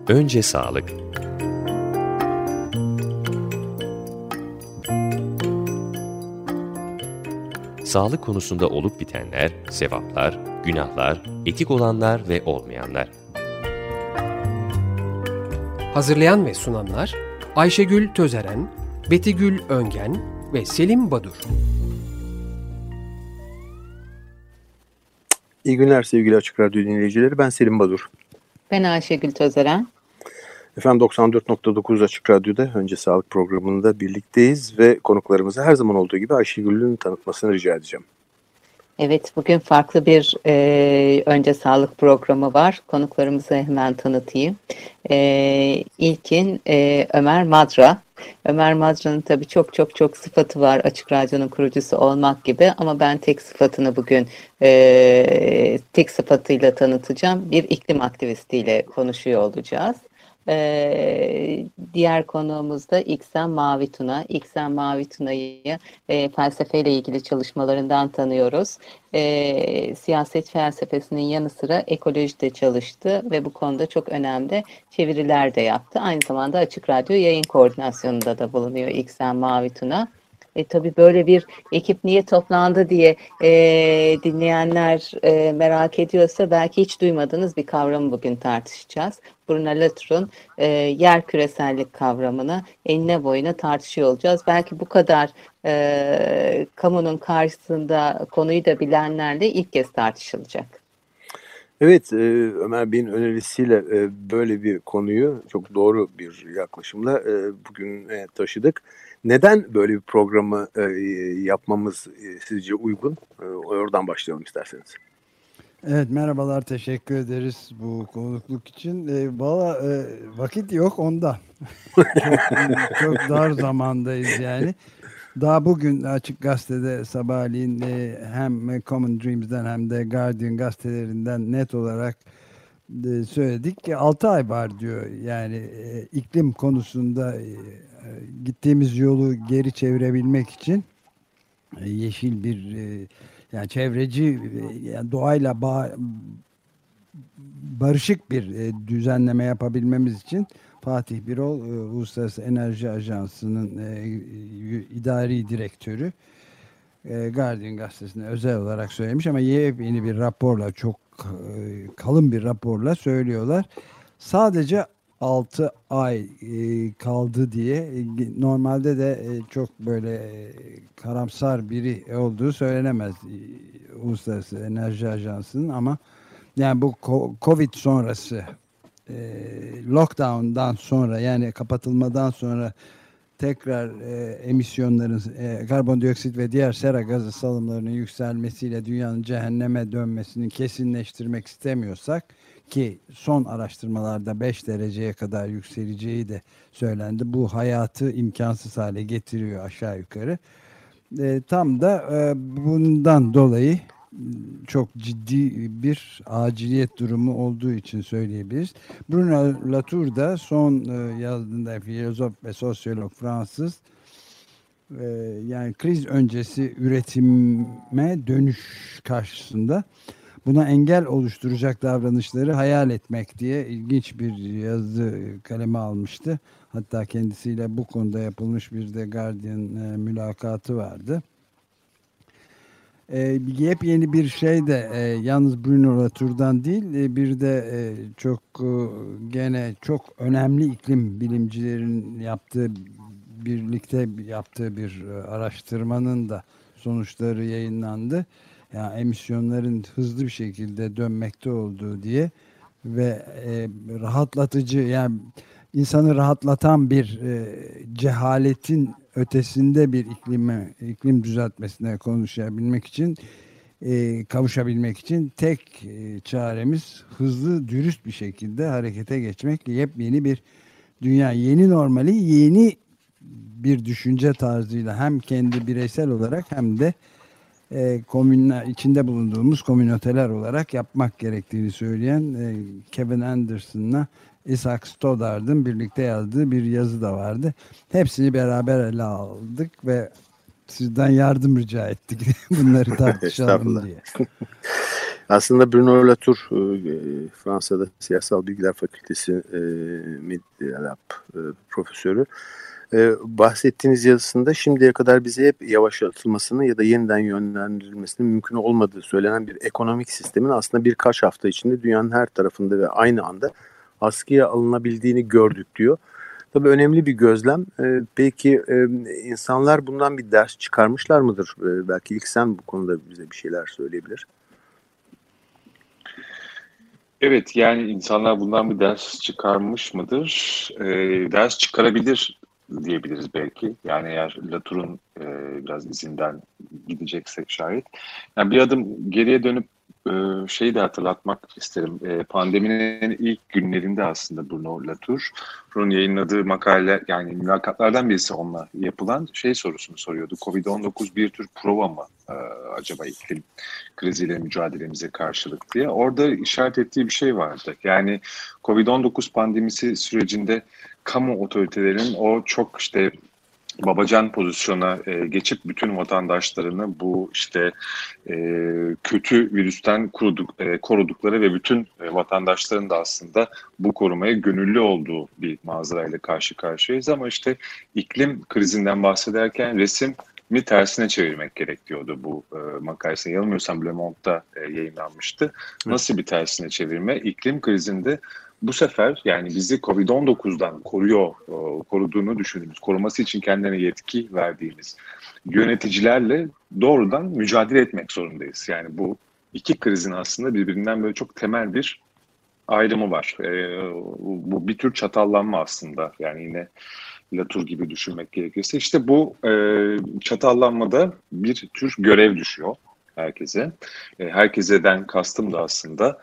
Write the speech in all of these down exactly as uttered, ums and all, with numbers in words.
Önce sağlık. Sağlık konusunda olup bitenler, sevaplar, günahlar, etik olanlar ve olmayanlar. Hazırlayan ve sunanlar Ayşegül Tözeren, Betigül Öngen ve Selim Badur. İyi günler sevgili Açık Radyo dinleyicileri. Ben Selim Badur. Ben Ayşegül Tözeren. Efendim doksan dört nokta dokuz Açık Radyo'da Önce Sağlık programında birlikteyiz ve konuklarımıza her zaman olduğu gibi Ayşegül'ün tanıtmasını rica edeceğim. Evet, bugün farklı bir e, Önce Sağlık programı var. Konuklarımızı hemen tanıtayım. E, ilkin e, Ömer Madra. Ömer Madra'nın tabii çok çok çok sıfatı var, Açık Radyo'nun kurucusu olmak gibi, ama ben tek sıfatını bugün e, tek sıfatıyla tanıtacağım. Bir iklim aktivistiyle konuşuyor olacağız. Ee, diğer konuğumuz da İksen Mavituna. İksen Mavituna'yı e, felsefeyle ilgili çalışmalarından tanıyoruz. E, siyaset felsefesinin yanı sıra ekolojide çalıştı ve bu konuda çok önemli çeviriler de yaptı. Aynı zamanda Açık Radyo yayın koordinasyonunda da bulunuyor İksen Mavituna. E, tabii böyle bir ekip niye toplandı diye e, dinleyenler e, merak ediyorsa belki hiç duymadığınız bir kavramı bugün tartışacağız. Bruno Latour'un e, yer küresellik kavramını enine boyuna tartışıyor olacağız. Belki bu kadar e, kamunun karşısında konuyu da bilenlerle ilk kez tartışılacak. Evet, e, Ömer Bey'in önerisiyle e, böyle bir konuyu çok doğru bir yaklaşımla e, bugün e, taşıdık. Neden böyle bir programı e, yapmamız e, sizce uygun? E, oradan başlayalım isterseniz. Evet, merhabalar, teşekkür ederiz bu konukluk için. E, Valla e, vakit yok onda. çok, çok dar zamandayız yani. Daha bugün Açık Gazete'de sabahleyin e, hem Common Dreams'den hem de Guardian gazetelerinden net olarak e, söyledik ki altı ay var diyor. Yani e, iklim konusunda e, gittiğimiz yolu geri çevirebilmek için e, yeşil bir e, yani çevreci e, yani doğayla bağ, barışık bir e, düzenleme yapabilmemiz için Fatih Birol, e, Uluslararası Enerji Ajansı'nın e, idari direktörü, e, Guardian gazetesine özel olarak söylemiş ama yeni bir raporla, çok e, kalın bir raporla söylüyorlar. Sadece altı ay e, kaldı diye. E, normalde de e, çok böyle e, karamsar biri olduğu söylenemez e, Uluslararası Enerji Ajansı'nın, ama yani bu Covid sonrası e, lockdown'dan sonra, yani kapatılmadan sonra tekrar e, emisyonların, e, karbondioksit ve diğer sera gazı salımlarının yükselmesiyle dünyanın cehenneme dönmesini kesinleştirmek istemiyorsak, ki son araştırmalarda beş dereceye kadar yükseleceği de söylendi. Bu hayatı imkansız hale getiriyor aşağı yukarı. E, tam da e, bundan dolayı çok ciddi bir aciliyet durumu olduğu için söyleyebiliriz. Bruno Latour da son e, yazdığında, filozof ve sosyolog Fransız, e, yani kriz öncesi üretime dönüş karşısında buna engel oluşturacak davranışları hayal etmek diye ilginç bir yazı kaleme almıştı. Hatta kendisiyle bu konuda yapılmış bir de Guardian e, mülakatı vardı. E, yepyeni bir şey de e, yalnız Bruno Latour'dan değil, e, bir de e, çok e, gene çok önemli iklim bilimcilerin yaptığı, birlikte yaptığı bir e, araştırmanın da sonuçları yayınlandı. Yani emisyonların hızlı bir şekilde dönmekte olduğu diye ve e, rahatlatıcı, yani insanı rahatlatan bir e, cehaletin ötesinde bir iklime, iklim düzeltmesine konuşabilmek için, e, kavuşabilmek için tek e, çaremiz hızlı, dürüst bir şekilde harekete geçmek. Yepyeni bir dünya, yeni normali, yeni bir düşünce tarzıyla hem kendi bireysel olarak hem de e, komünler, içinde bulunduğumuz komüniteler olarak yapmak gerektiğini söyleyen e, Kevin Anderson'la Isaac Stoddard'ın birlikte yazdığı bir yazı da vardı. Hepsini beraber ele aldık ve sizden yardım rica ettik bunları tartışalım diye. Aslında Bruno Latour, Fransa'da Siyasal Bilgiler Fakültesi Media Lab profesörü. Bahsettiğiniz yazısında şimdiye kadar bize hep yavaşlatılmasını ya da yeniden yönlendirilmesinin mümkün olmadığı söylenen bir ekonomik sistemin aslında birkaç hafta içinde dünyanın her tarafında ve aynı anda askıya alınabildiğini gördük diyor. Tabii önemli bir gözlem. Belki insanlar bundan bir ders çıkarmışlar mıdır? Belki ilk sen bu konuda bize bir şeyler söyleyebilir. Evet, yani insanlar bundan bir ders çıkarmış mıdır? E, ders çıkarabilir diyebiliriz belki. Yani eğer Latour'un e, biraz izinden gideceksek şayet. Yani bir adım geriye dönüp e, şeyi de hatırlatmak isterim. E, pandeminin ilk günlerinde aslında Bruno Latour'un yayınladığı makale, yani mülakatlardan birisi onunla yapılan şey sorusunu soruyordu. covid on dokuz bir tür prova mı e, acaba iklim kriziyle mücadelemize karşılık diye. Orada işaret ettiği bir şey vardı. Yani covid on dokuz pandemisi sürecinde kamu otoritelerinin o çok işte babacan pozisyona e, geçip bütün vatandaşlarını bu işte e, kötü virüsten koruduk, e, korudukları ve bütün e, vatandaşların da aslında bu korumaya gönüllü olduğu bir manzarayla karşı karşıyayız. Ama işte iklim krizinden bahsederken resim mi tersine çevirmek gerekiyordu bu e, makalesi. Yanılmıyorsam Le Monde'da e, yayınlanmıştı. Nasıl bir tersine çevirme? İklim krizinde bu sefer yani bizi covid on dokuzdan koruyor, koruduğunu düşündüğümüz, koruması için kendilerine yetki verdiğimiz yöneticilerle doğrudan mücadele etmek zorundayız. Yani bu iki krizin aslında birbirinden böyle çok temel bir ayrımı var. Bu bir tür çatallanma aslında. Yani yine Latour gibi düşünmek gerekirse. İşte bu çatallanmada bir tür görev düşüyor herkese. Herkeseden kastım da aslında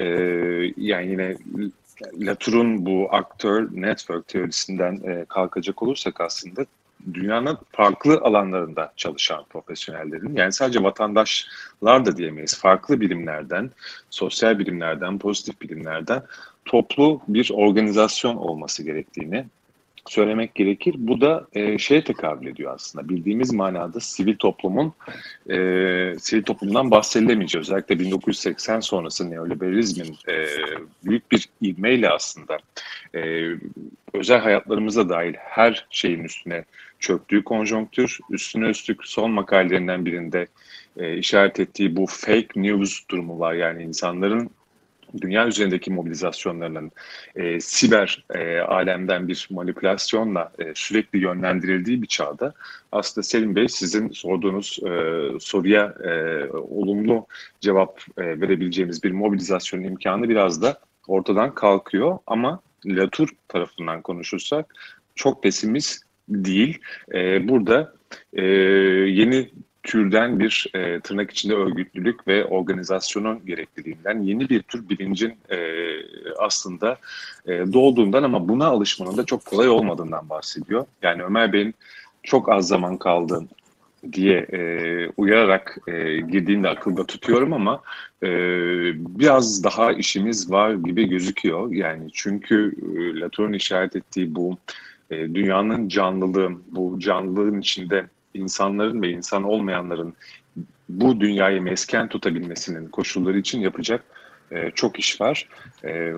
yani yine Latour'un bu aktör network teorisinden e, kalkacak olursak aslında dünyanın farklı alanlarında çalışan profesyonellerin, yani sadece vatandaşlar da diyemeyiz, farklı bilimlerden, sosyal bilimlerden, pozitif bilimlerden toplu bir organizasyon olması gerektiğini söylemek gerekir. Bu da e, şeye tekabül ediyor aslında. Bildiğimiz manada sivil toplumun e, sivil toplumdan bahsedilemeyeceği. Özellikle bin dokuz yüz seksen sonrası neoliberalizmin e, büyük bir ivmeyle aslında e, özel hayatlarımıza dahil her şeyin üstüne çöktüğü konjonktür. Üstüne üstlük son makalelerinden birinde e, işaret ettiği bu fake news durumu var. Yani insanların dünya üzerindeki mobilizasyonlarının e, siber e, alemden bir manipülasyonla e, sürekli yönlendirildiği bir çağda aslında Selim Bey sizin sorduğunuz e, soruya e, olumlu cevap e, verebileceğimiz bir mobilizasyon imkanı biraz da ortadan kalkıyor. Ama Latour tarafından konuşursak çok pesimist değil. E, burada e, yeni türden bir e, tırnak içinde örgütlülük ve organizasyonun gerekliliğinden, yeni bir tür bilincin e, aslında e, doğduğundan ama buna alışmanın da çok kolay olmadığından bahsediyor. Yani Ömer Bey'in çok az zaman kaldı diye e, uyararak e, girdiğinde akılda tutuyorum ama e, biraz daha işimiz var gibi gözüküyor. Yani çünkü e, Latour'un işaret ettiği bu e, dünyanın canlılığı, bu canlılığın içinde insanların ve insan olmayanların bu dünyayı mesken tutabilmesinin koşulları için yapacak e, çok iş var. E,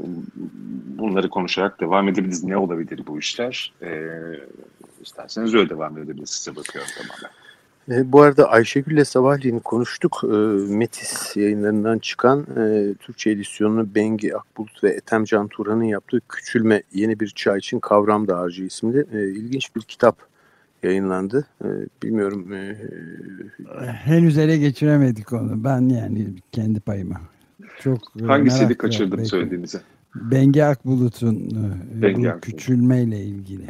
bunları konuşarak devam edebiliriz. Ne olabilir bu işler? E, isterseniz öyle devam edebiliriz. Size bakıyorum tamamen. E, bu arada Ayşegül'le sabahleyin konuştuk. E, Metis yayınlarından çıkan e, Türkçe edisyonunu Bengi Akbulut ve Ethem Can Turan'ın yaptığı Küçülme Yeni Bir Çağ için Kavram Dağarcığı isimli e, ilginç bir kitap yayınlandı. E, bilmiyorum. E, Henüz ele geçiremedik onu. Ben yani kendi payıma. Çok hangisiydi kaçırdım belki söylediğinizi? Bengi Akbulut'un Bengi bu Akbulut. küçülmeyle ilgili.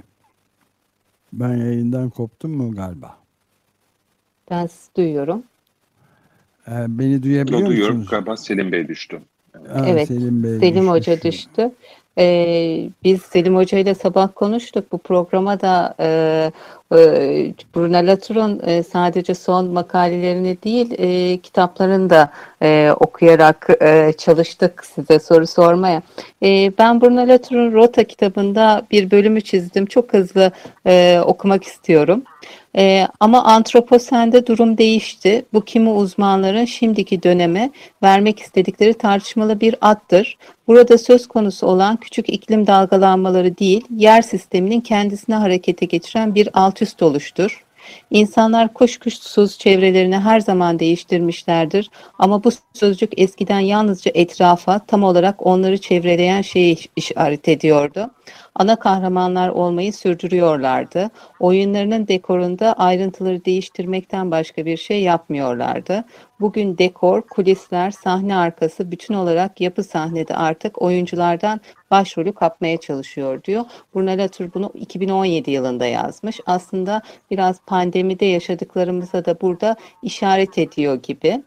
Ben yayından koptum mu galiba? Ben sizi duyuyorum. Ee, beni duyabiliyor musunuz? Duyuyorum. Galiba Selim Bey düştü. Ha, Evet. Selim, Bey Selim düşmüş. Hoca düştü. Ee, biz Selim Hoca ile sabah konuştuk. Bu programa da e, e, Bruno Latour'un e, sadece son makalelerini değil, e, kitaplarını da e, okuyarak e, çalıştık size soru sormaya. E, ben Bruno Latour'un Rota kitabında bir bölümü çizdim. Çok hızlı e, okumak istiyorum. E, ama Antroposen'de durum değişti. Bu kimi uzmanların şimdiki döneme vermek istedikleri tartışmalı bir addır. Burada söz konusu olan küçük iklim dalgalanmaları değil, yer sisteminin kendisine harekete geçiren bir altüst oluştur. İnsanlar kuşkusuz çevrelerini her zaman değiştirmişlerdir ama bu sözcük eskiden yalnızca etrafa, tam olarak onları çevreleyen şeye işaret ediyordu. Ana kahramanlar olmayı sürdürüyorlardı. Oyunlarının dekorunda ayrıntıları değiştirmekten başka bir şey yapmıyorlardı. Bugün dekor, kulisler, sahne arkası bütün olarak yapı sahnede artık oyunculardan başrolü kapmaya çalışıyor diyor. Bruno Latour bunu iki bin on yedi yılında yazmış. Aslında biraz pandemide yaşadıklarımıza da burada işaret ediyor gibi.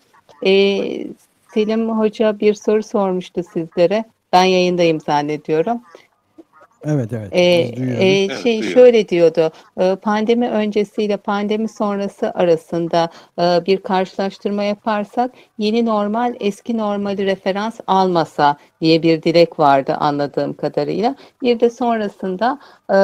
Ee, Selim Hoca bir soru sormuştu sizlere. Ben yayındayım zannediyorum. Evet, evet. Ee, Biz duyuyoruz. e, Evet, şey duyuyorum. şöyle diyordu, e, pandemi öncesiyle pandemi sonrası arasında e, bir karşılaştırma yaparsak yeni normal eski normali referans almasa diye bir dilek vardı anladığım kadarıyla. Bir de sonrasında e,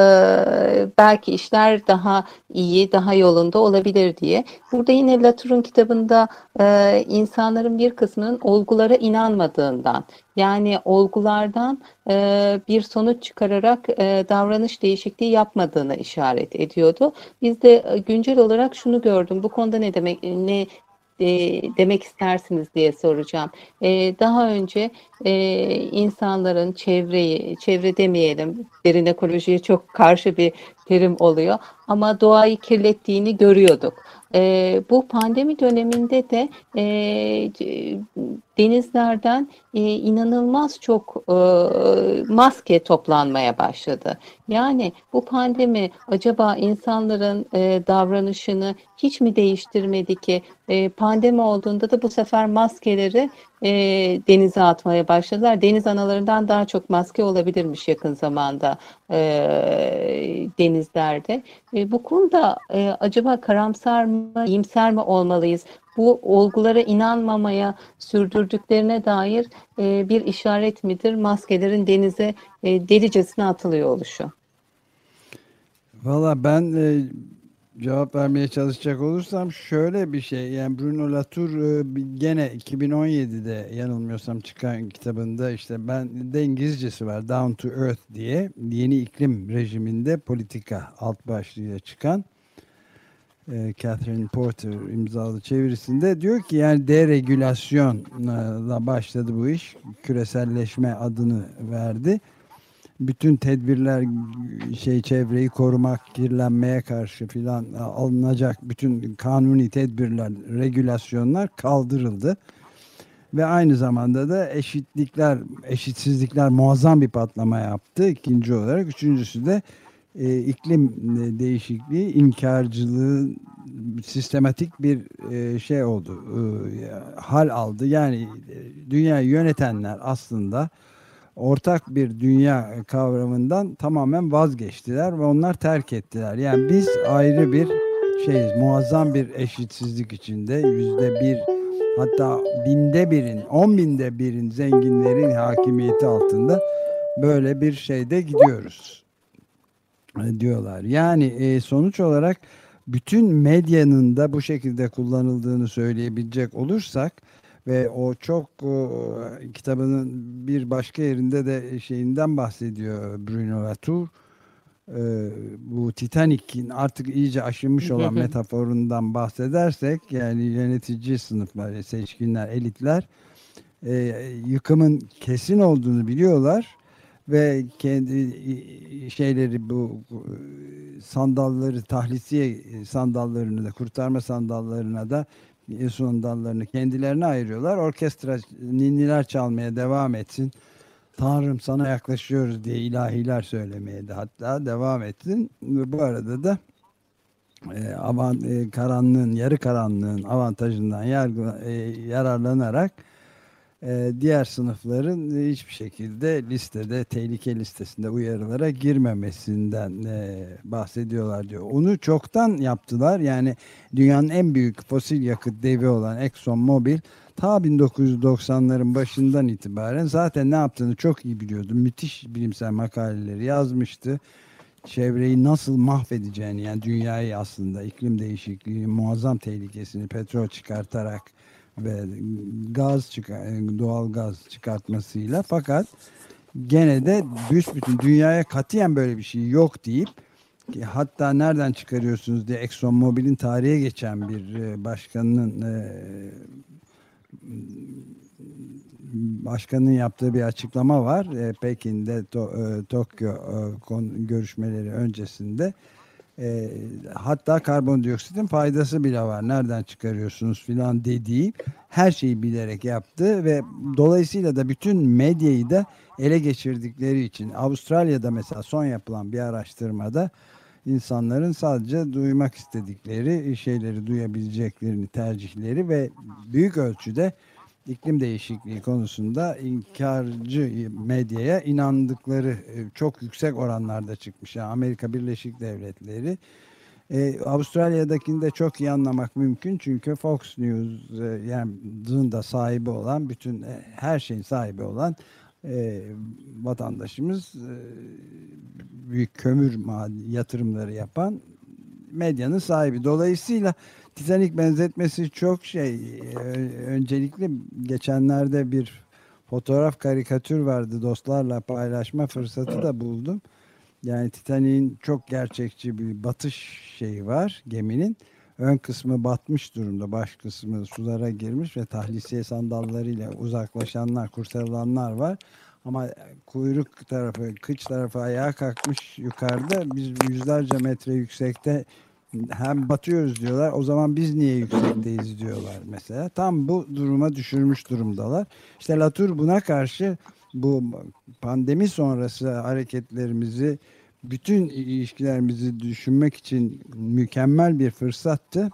belki işler daha iyi, daha yolunda olabilir diye. Burada yine Latour'un kitabında e, insanların bir kısmının olgulara inanmadığından, yani olgulardan e, bir sonuç çıkararak e, davranış değişikliği yapmadığına işaret ediyordu. Biz de e, güncel olarak şunu gördüm. Bu konuda ne demek ne e, demek istersiniz diye soracağım. E, daha önce e, insanların çevreyi, çevre demeyelim, derin ekolojiye çok karşı bir terim oluyor ama doğayı kirlettiğini görüyorduk. E, bu pandemi döneminde de e, denizlerden e, inanılmaz çok e, maske toplanmaya başladı. Yani bu pandemi acaba insanların e, davranışını hiç mi değiştirmedi ki e, pandemi olduğunda da bu sefer maskeleri e, denize atmaya başladılar. Deniz analarından daha çok maske olabilirmiş yakın zamanda e, denizlerde. E, bu konuda e, acaba karamsar mı, iyimser mi olmalıyız? Bu olgulara inanmamaya sürdürdüklerine dair e, bir işaret midir? Maskelerin denize e, delicesine atılıyor oluşu. Valla ben e, cevap vermeye çalışacak olursam şöyle bir şey. Yani Bruno Latour e, bir- gene iki bin on yedide yanılmıyorsam çıkan kitabında, işte ben de İngilizcesi var, Down to Earth diye, yeni iklim rejiminde politika alt başlığıyla çıkan, e, Catherine Porter imzalı çevirisinde diyor ki, yani deregülasyonla başladı bu iş. Küreselleşme adını verdi. Bütün tedbirler, şey, çevreyi korumak, kirlenmeye karşı filan alınacak bütün kanuni tedbirler, regülasyonlar kaldırıldı. Ve aynı zamanda da eşitlikler, eşitsizlikler muazzam bir patlama yaptı. İkinci olarak, üçüncüsü de e, iklim e, değişikliği inkarcılığı sistematik bir e, şey oldu, e, hal aldı. Yani e, dünyayı yönetenler aslında ortak bir dünya kavramından tamamen vazgeçtiler ve onlar terk ettiler. Yani biz ayrı bir şeyiz, muazzam bir eşitsizlik içinde, yüzde bir, hatta binde birin, on binde birin zenginlerin hakimiyeti altında böyle bir şeyde gidiyoruz e, diyorlar. Yani e, sonuç olarak bütün medyanın da bu şekilde kullanıldığını söyleyebilecek olursak ve o çok, o, kitabının bir başka yerinde de şeyinden bahsediyor Bruno Latour. Ee, bu Titanic'in artık iyice aşınmış olan metaforundan bahsedersek, yani yönetici sınıflar, seçkinler, elitler e, yıkımın kesin olduğunu biliyorlar ve kendi şeyleri, bu sandalları, tahlisiye sandallarını da, kurtarma sandallarına da, sandallarını kendilerine ayırıyorlar. Orkestra ninniler çalmaya devam etsin, Tanrım sana yaklaşıyoruz diye ilahiler söylemeye de hatta devam etsin. Ve bu arada da e, avan, e, karanlığın, yarı karanlığın avantajından yargı, e, yararlanarak e, diğer sınıfların hiçbir şekilde listede, tehlike listesinde uyarılara girmemesinden e, bahsediyorlar diyor. Onu çoktan yaptılar. Yani dünyanın en büyük fosil yakıt devi olan Exxon Mobil ta bin dokuz yüz doksanların başından itibaren zaten ne yaptığını çok iyi biliyordu. Müthiş bilimsel makaleleri yazmıştı. Çevreyi nasıl mahvedeceğini, yani dünyayı, aslında iklim değişikliği muazzam tehlikesini petrol çıkartarak ve gaz çıkar, doğal gaz çıkartmasıyla, fakat gene de büsbütün dünyaya katiyen böyle bir şey yok deyip, hatta nereden çıkarıyorsunuz diye Exxon Mobil'in tarihe geçen bir başkanının başkanın yaptığı bir açıklama var. E, Pekin'de to, e, Tokyo e, kon, görüşmeleri öncesinde. E, hatta karbondioksitin faydası bile var. Nereden çıkarıyorsunuz filan dediği, her şeyi bilerek yaptı ve dolayısıyla da bütün medyayı da ele geçirdikleri için, Avustralya'da mesela son yapılan bir araştırmada insanların sadece duymak istedikleri şeyleri duyabileceklerini, tercihleri ve büyük ölçüde iklim değişikliği konusunda inkarcı medyaya inandıkları çok yüksek oranlarda çıkmış. Yani Amerika Birleşik Devletleri, e, Avustralya'dakini de çok iyi anlamak mümkün çünkü Fox News e, yani da sahibi olan, bütün e, her şeyin sahibi olan e, vatandaşımız, e, büyük kömür yatırımları yapan medyanın sahibi. Dolayısıyla Titanic benzetmesi çok şey. Öncelikle geçenlerde bir fotoğraf, karikatür vardı, dostlarla paylaşma fırsatı da buldum. Yani Titanic'in çok gerçekçi bir batış şeyi var geminin. Ön kısmı batmış durumda, baş kısmı sulara girmiş ve tahlisiye sandallarıyla uzaklaşanlar, kurtarılanlar var. Ama kuyruk tarafı, kıç tarafı ayağa kalkmış yukarıda. Biz yüzlerce metre yüksekte hem batıyoruz diyorlar. O zaman biz niye yüksekteyiz diyorlar mesela. Tam bu duruma düşürmüş durumdalar. İşte Latour buna karşı bu pandemi sonrası hareketlerimizi, bütün ilişkilerimizi düşünmek için mükemmel bir fırsattı.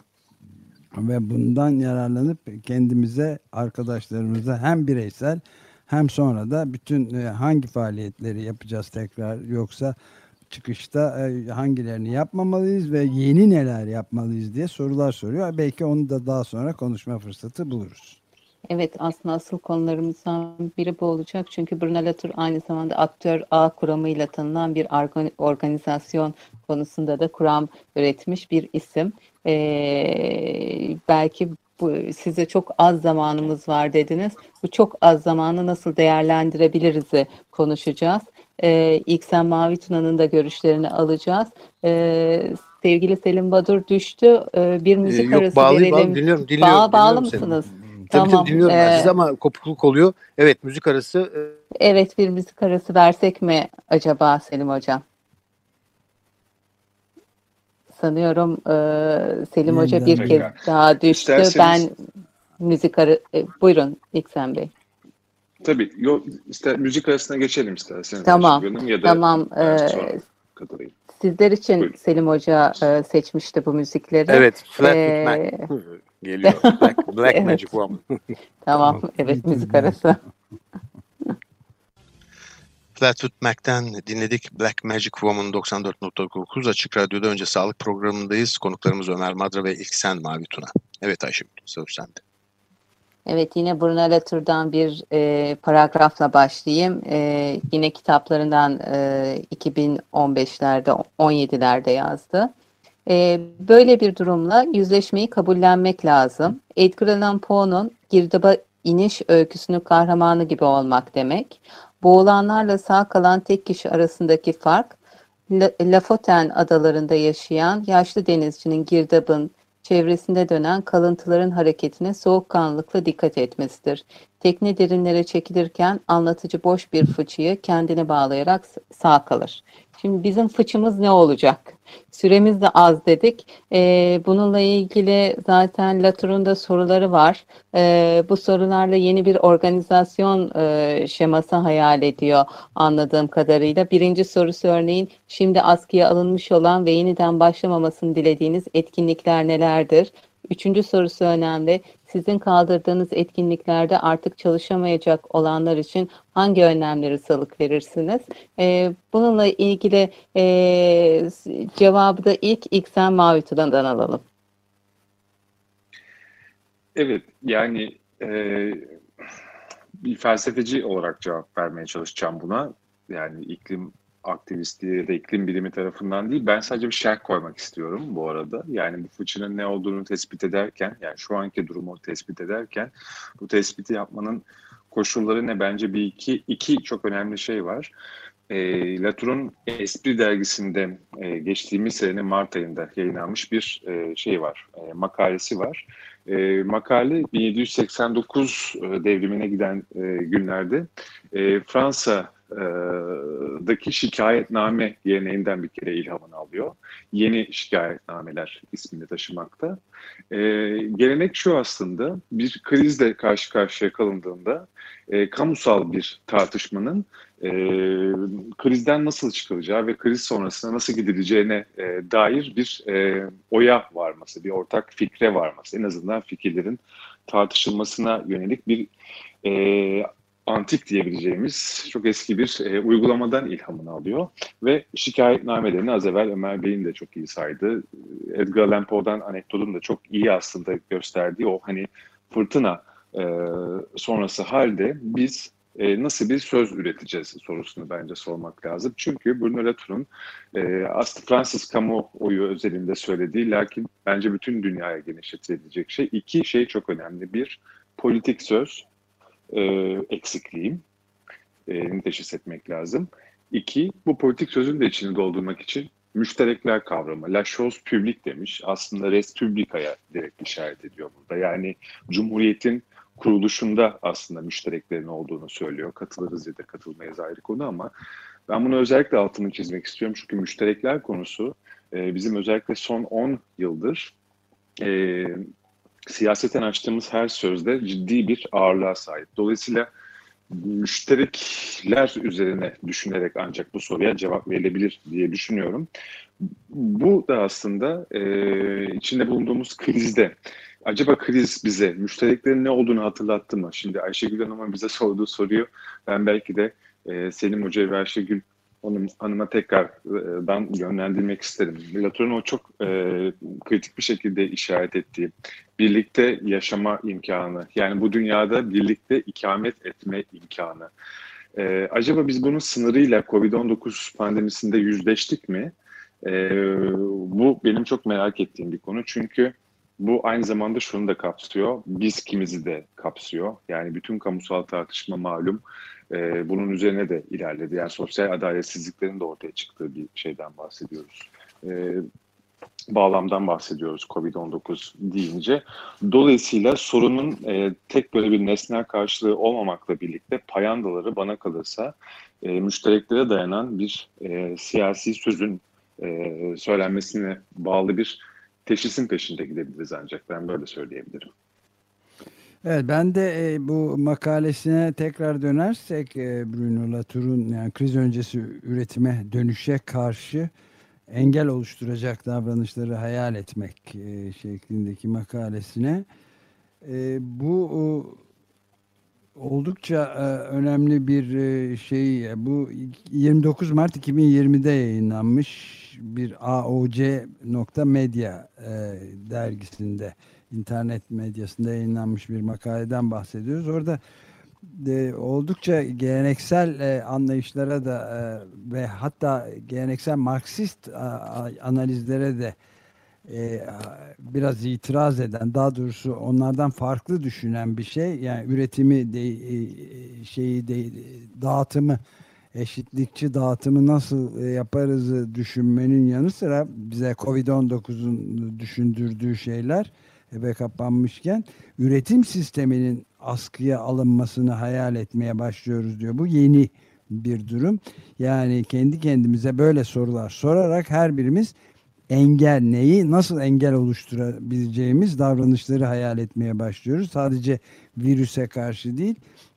Ve bundan yararlanıp kendimize, arkadaşlarımıza hem bireysel hem sonra da bütün hangi faaliyetleri yapacağız tekrar, yoksa çıkışta hangilerini yapmamalıyız ve yeni neler yapmalıyız diye sorular soruyor. Belki onu da daha sonra konuşma fırsatı buluruz. Evet, aslında asıl konularımızdan biri bu olacak. Çünkü Bruno Latour aynı zamanda aktör ağ kuramıyla tanınan bir organizasyon konusunda da kuram üretmiş bir isim. Ee, belki bu, size çok az zamanımız var dediniz. Bu çok az zamanı nasıl değerlendirebiliriz'i konuşacağız. Ee, İlksen Mavituna'nın da görüşlerini alacağız. Ee, sevgili Selim Badur düştü. Ee, bir müzik ee, yok, arası bağlı, verelim. Bağlı, dinliyorum, dinliyorum, Bağ, bağlı dinliyorum mısınız? Seni. Tabii Tamam. tabii dinliyorum ee, ben sizi ama kopukluk oluyor. Evet, müzik arası. Evet, bir müzik arası versek mi acaba Selim Hocam? Sanıyorum e, Selim Yeniden Hoca bir kez daha düştü. İsterseniz... Ben müzik arası... E, buyurun İlksen Bey. Tabii. Yok, ister, müzik arasına geçelim isterseniz. Tamam. Ya da tamam. E, sizler için buyurun. Selim Hoca e, seçmişti bu müzikleri. Evet. Fleetwood ee... Mac geliyor. Black, Black evet. Magic Woman. Tamam. Evet, müzik arası. Fleetwood Mac'ten dinledik. Black Magic Woman doksan dört nokta dokuz Açık Radyo'da önce sağlık programındayız. Konuklarımız Ömer Madra ve İlksen Mavituna. Evet Ayşegül, söz sende. Evet, yine Bruno Latour'dan bir e, paragrafla başlayayım. E, yine kitaplarından e, iki bin on beşlerde, on yedilerde yazdı. E, böyle bir durumla yüzleşmeyi kabullenmek lazım. Edgar Allan Poe'nun girdaba iniş öyküsünün kahramanı gibi olmak demek. Boğulanlarla sağ kalan tek kişi arasındaki fark, Lofoten adalarında yaşayan yaşlı denizcinin girdabın çevresinde dönen kalıntıların hareketine soğukkanlılıkla dikkat etmesidir. Tekne derinlere çekilirken anlatıcı boş bir fıçıyı kendine bağlayarak sağ kalır. Şimdi bizim fıçımız ne olacak? Süremiz de az dedik. Ee, bununla ilgili zaten Latour'un da soruları var. Ee, bu sorularla yeni bir organizasyon e, şeması hayal ediyor anladığım kadarıyla. Birinci sorusu örneğin, şimdi askıya alınmış olan ve yeniden başlamamasını dilediğiniz etkinlikler nelerdir? Üçüncü sorusu önemli. sizin kaldırdığınız etkinliklerde artık çalışamayacak olanlar için hangi önlemleri salık verirsiniz? E, bununla ilgili e, cevabı da ilk İksen Mavitu'dan alalım. Evet, yani e, bir felsefeci olarak cevap vermeye çalışacağım buna. Yani iklim aktivistliği ya da iklim bilimi tarafından değil, ben sadece bir şerh koymak istiyorum bu arada. Yani bu fıçının ne olduğunu tespit ederken, yani şu anki durumu tespit ederken, bu tespiti yapmanın koşulları ne? Bence bir iki, iki çok önemli şey var. E, Latour'un Esprit dergisinde e, geçtiğimiz sene Mart ayında yayınlanmış bir e, şey var, e, makalesi var. E, makale bin yedi yüz seksen dokuz e, devrimine giden e, günlerde e, Fransa'daki şikayetname geleneğinden bir kere ilhamını alıyor. Yeni şikayetnameler ismini taşımakta. E, gelenek şu aslında, bir krizle karşı karşıya kalındığında e, kamusal bir tartışmanın e, krizden nasıl çıkılacağı ve kriz sonrasında nasıl gidileceğine e, dair bir e, oya varması, bir ortak fikre varması, en azından fikirlerin tartışılmasına yönelik bir e, antik diyebileceğimiz çok eski bir e, uygulamadan ilhamını alıyor ve şikayetnamelerini az evvel Ömer Bey'in de çok iyi saydı. Edgar Allan Poe'dan anekdotun da çok iyi aslında gösterdiği o hani fırtına e, sonrası halde biz e, nasıl bir söz üreteceğiz sorusunu bence sormak lazım. Çünkü Bruno Latour'un e, aslında Fransız kamuoyu özelinde söylediği, lakin bence bütün dünyaya genişletilecek şey, iki şey çok önemli. Bir, politik söz e, eksikliğim e, teşhis etmek lazım. İki, bu politik sözün de içini doldurmak için müşterekler kavramı, la chose publique demiş. Aslında res publica'ya direkt işaret ediyor burada. Yani Cumhuriyet'in kuruluşunda aslında müştereklerin olduğunu söylüyor. Katılırız ya da katılmayız ayrı konu, ama ben bunu özellikle altını çizmek istiyorum. Çünkü müşterekler konusu e, bizim özellikle son on yıldır e, siyaseten açtığımız her sözde ciddi bir ağırlığa sahip. Dolayısıyla müşterekler üzerine düşünerek ancak bu soruya cevap verilebilir diye düşünüyorum. Bu da aslında e, içinde bulunduğumuz krizde, acaba kriz bize müştereklerin ne olduğunu hatırlattı mı? Şimdi Ayşegül Hanım'ın bize sorduğu soruyu ben belki de e, Selim Hoca ve Ayşegül Hanım, Hanım'a tekrardan yönlendirmek isterim. Latour'un o çok e, kritik bir şekilde işaret ettiği birlikte yaşama imkanı, yani bu dünyada birlikte ikamet etme imkanı. E, acaba biz bunun sınırıyla kovid on dokuz pandemisinde yüzleştik mi? E, bu benim çok merak ettiğim bir konu. Çünkü bu aynı zamanda şunu da kapsıyor, biz kimizi de kapsıyor. Yani bütün kamusal tartışma malum e, bunun üzerine de ilerledi. Yani sosyal adaletsizliklerin de ortaya çıktığı bir şeyden bahsediyoruz. E, bağlamdan bahsediyoruz kovid on dokuz deyince. Dolayısıyla sorunun e, tek böyle bir nesnel karşılığı olmamakla birlikte payandaları bana kalırsa e, müştereklere dayanan bir e, siyasi sözün e, söylenmesine bağlı bir teşhisin peşinde gidebiliriz, ancak ben böyle söyleyebilirim. Evet, ben de e, bu makalesine tekrar dönersek e, Bruno Latour'un yani kriz öncesi üretime dönüşe karşı engel oluşturacak davranışları hayal etmek e, şeklindeki makalesine e, bu o, oldukça e, önemli bir e, şey. Bu yirmi dokuz Mart iki bin yirmide yayınlanmış bir A O C nokta medya e, dergisinde, internet medyasında yayınlanmış bir makaleden bahsediyoruz. Orada de, oldukça geleneksel e, anlayışlara da e, ve hatta geleneksel Marksist a, analizlere de e, biraz itiraz eden, daha doğrusu onlardan farklı düşünen bir şey. Yani üretimi de, e, şeyi de, dağıtımı, eşitlikçi dağıtımı nasıl yaparızı düşünmenin yanı sıra bize kovid on dokuzun düşündürdüğü şeyler eve kapanmışken üretim sisteminin askıya alınmasını hayal etmeye başlıyoruz diyor. Bu yeni bir durum. Yani kendi kendimize böyle sorular sorarak her birimiz engel, neyi nasıl engel oluşturabileceğimiz davranışları hayal etmeye başlıyoruz. Sadece virüse karşı değil,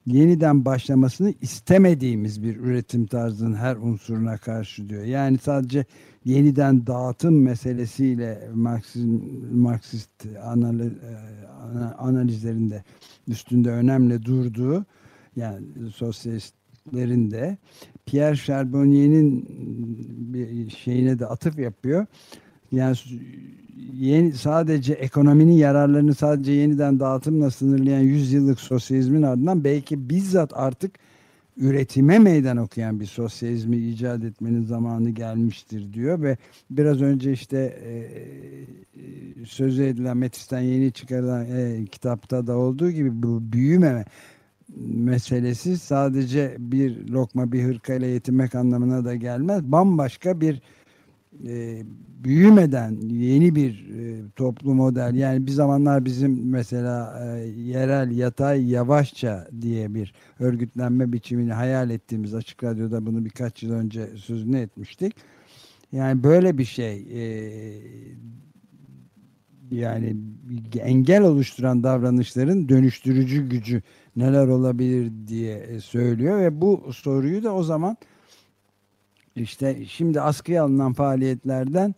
yeniden başlamasını istemediğimiz bir üretim tarzının her unsuruna karşı diyor. Yani sadece yeniden dağıtım meselesiyle Marksist, Marksist analiz, analizlerinde üstünde önemli durduğu, yani sosyalistlerin de Pierre Charbonnier'in bir şeyine de atıf yapıyor. Yani yeni, sadece ekonominin yararlarını sadece yeniden dağıtımla sınırlayan yüz yıllık sosyalizmin ardından belki bizzat artık üretime meydan okuyan bir sosyalizmi icat etmenin zamanı gelmiştir diyor ve biraz önce işte e, sözü edilen Metis'ten yeni çıkarılan e, kitapta da olduğu gibi bu büyümeme meselesi sadece bir lokma bir hırkayla yetinmek anlamına da gelmez. Bambaşka bir e, büyümeden yeni bir e, toplu model, yani bir zamanlar bizim mesela e, yerel yatay yavaşça diye bir örgütlenme biçimini hayal ettiğimiz, Açık Radyo'da bunu birkaç yıl önce sözünü etmiştik. Yani böyle bir şey e, yani engel oluşturan davranışların dönüştürücü gücü neler olabilir diye söylüyor ve bu soruyu da o zaman işte şimdi askıya alınan faaliyetlerden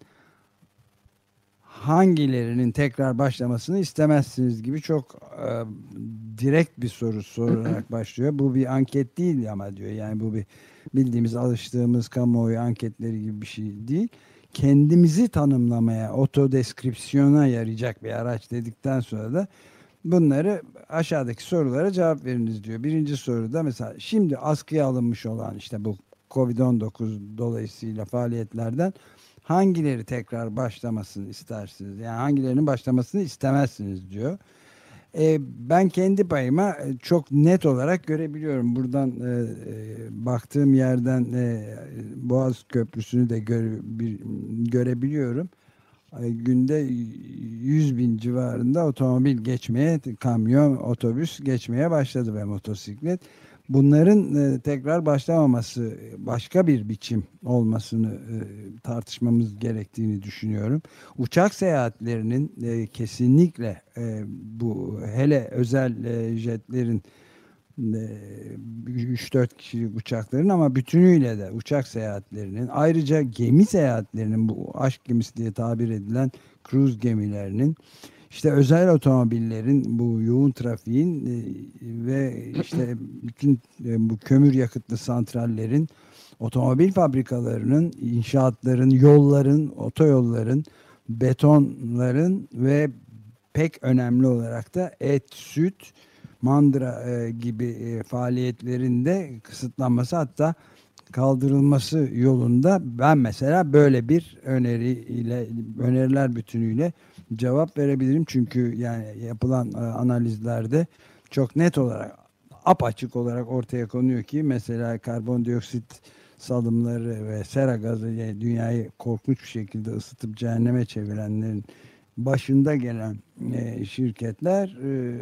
hangilerinin tekrar başlamasını istemezsiniz gibi çok e, direkt bir soru sorarak başlıyor. Bu bir anket değil ama diyor, yani bu bir bildiğimiz, alıştığımız kamuoyu anketleri gibi bir şey değil. Kendimizi tanımlamaya, otodeskripsiyona yarayacak bir araç dedikten sonra da bunları aşağıdaki sorulara cevap veriniz diyor. Birinci soruda mesela şimdi askıya alınmış olan işte bu kovid on dokuz dolayısıyla faaliyetlerden hangileri tekrar başlamasını istersiniz? Yani hangilerinin başlamasını istemezsiniz diyor. E, ben kendi payıma çok net olarak görebiliyorum. Buradan e, e, baktığım yerden e, Boğaz Köprüsü'nü de göre, bir, görebiliyorum. E, günde yüz bin civarında otomobil geçmeye, kamyon, otobüs geçmeye başladı ve motosiklet. Bunların e, tekrar başlamaması, başka bir biçim olmasını e, tartışmamız gerektiğini düşünüyorum. Uçak seyahatlerinin e, kesinlikle e, bu hele özel e, jetlerin e, üç dört kişilik uçakların ama bütünüyle de uçak seyahatlerinin, ayrıca gemi seyahatlerinin, bu aşk gemisi diye tabir edilen cruise gemilerinin, İşte özel otomobillerin, bu yoğun trafiğin e, ve işte bütün e, bu kömür yakıtlı santrallerin, otomobil fabrikalarının, inşaatların, yolların, otoyolların, betonların ve pek önemli olarak da et, süt, mandıra e, gibi e, faaliyetlerinde kısıtlanması, hatta kaldırılması yolunda ben mesela böyle bir öneriyle, öneriler bütünüyle cevap verebilirim. Çünkü yani yapılan e, analizlerde çok net olarak, apaçık olarak ortaya konuyor ki mesela karbondioksit salımları ve sera gazı, yani dünyayı korkunç bir şekilde ısıtıp cehenneme çevirenlerin başında gelen e, şirketler e,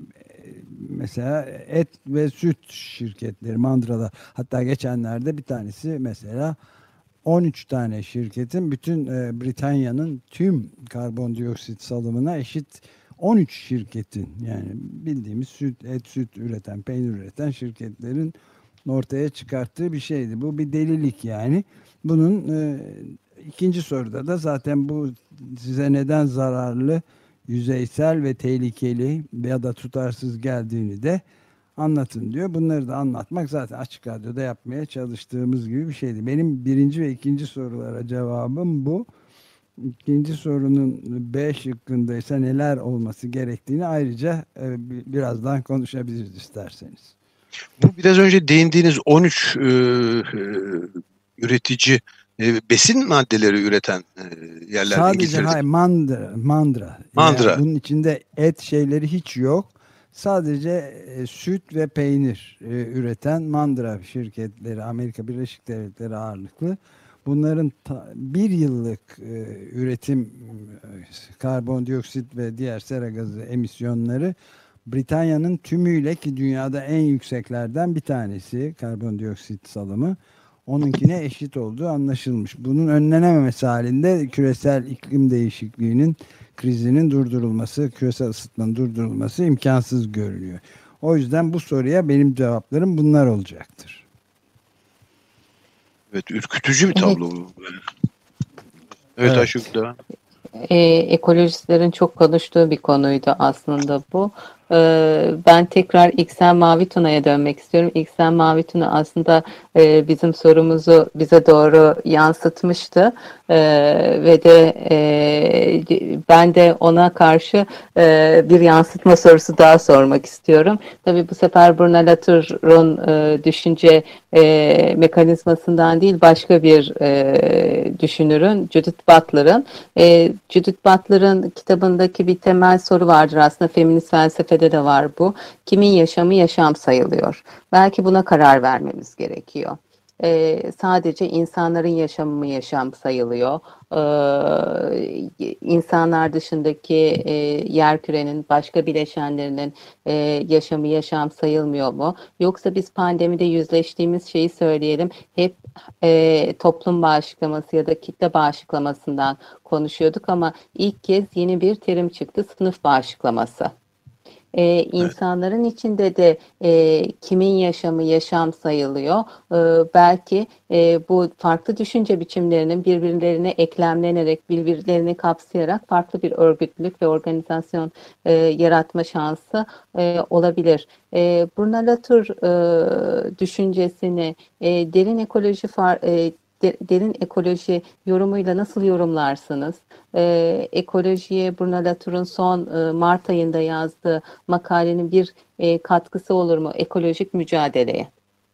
mesela et ve süt şirketleri, mandrada, hatta geçenlerde bir tanesi mesela on üç tane şirketin bütün e, Britanya'nın tüm karbondioksit salımına eşit on üç şirketin, yani bildiğimiz süt, et, süt üreten, peynir üreten şirketlerin ortaya çıkarttığı bir şeydi. Bu bir delilik yani. Bunun e, ikinci soruda da zaten bu size neden zararlı, yüzeysel ve tehlikeli ya da tutarsız geldiğini de anlatın diyor. Bunları da anlatmak zaten Açık Radyo'da yapmaya çalıştığımız gibi bir şeydi. Benim birinci ve ikinci sorulara cevabım bu. İkinci sorunun B şıkkında ise neler olması gerektiğini ayrıca e, birazdan konuşabiliriz isterseniz. Bu biraz önce değindiğiniz on üç e, e, üretici e, besin maddeleri üreten e, yerler. Sadece hayır, mandra. Mandra. Mandra. Yani bunun içinde et şeyleri hiç yok. Sadece e, süt ve peynir e, üreten mandra şirketleri, Amerika Birleşik Devletleri ağırlıklı. Bunların ta, bir yıllık e, üretim e, karbondioksit ve diğer sera gazı emisyonları Britanya'nın tümüyle, ki dünyada en yükseklerden bir tanesi karbondioksit salımı, onunkine eşit olduğu anlaşılmış. Bunun önlenememesi halinde küresel iklim değişikliğinin, krizinin durdurulması, küresel ısıtmanın durdurulması imkansız görünüyor. O yüzden bu soruya benim cevaplarım bunlar olacaktır. Evet, ürkütücü bir tablo bu. Evet, evet. Ayşegül devam. E, ekolojistlerin çok konuştuğu bir konuydu aslında bu. E, ben tekrar İksen Mavituna'ya dönmek istiyorum. İksen Mavituna aslında e, bizim sorumuzu bize doğru yansıtmıştı. E, ve de e, ben de ona karşı e, bir yansıtma sorusu daha sormak istiyorum. Tabii bu sefer Bruno Latour'un e, düşünce e, mekanizmasından değil, başka bir e, düşünürün, Judith Butler'ın. E, Judith Butler'ın kitabındaki bir temel soru vardır aslında, feminist felsefede de var bu. Kimin yaşamı yaşam sayılıyor? Belki buna karar vermemiz gerekiyor. Ee, sadece insanların yaşamı mı yaşam sayılıyor? Ee, insanlar dışındaki e, yerkürenin başka bileşenlerinin e, yaşamı yaşam sayılmıyor mu? Yoksa biz pandemide yüzleştiğimiz şeyi söyleyelim, hep e, toplum bağışıklaması ya da kitle bağışıklamasından konuşuyorduk ama ilk kez yeni bir terim çıktı, sınıf bağışıklaması. Ee, insanların içinde de e, kimin yaşamı yaşam sayılıyor. Ee, belki e, bu farklı düşünce biçimlerinin birbirlerine eklemlenerek, birbirlerini kapsayarak farklı bir örgütlülük ve organizasyon e, yaratma şansı e, olabilir. E, Bruno Latour e, düşüncesini e, derin ekoloji far, e, derin ekoloji yorumuyla nasıl yorumlarsınız? Ee, ekolojiye Bruno Latour'un son e, Mart ayında yazdığı makalenin bir e, katkısı olur mu ekolojik mücadeleye?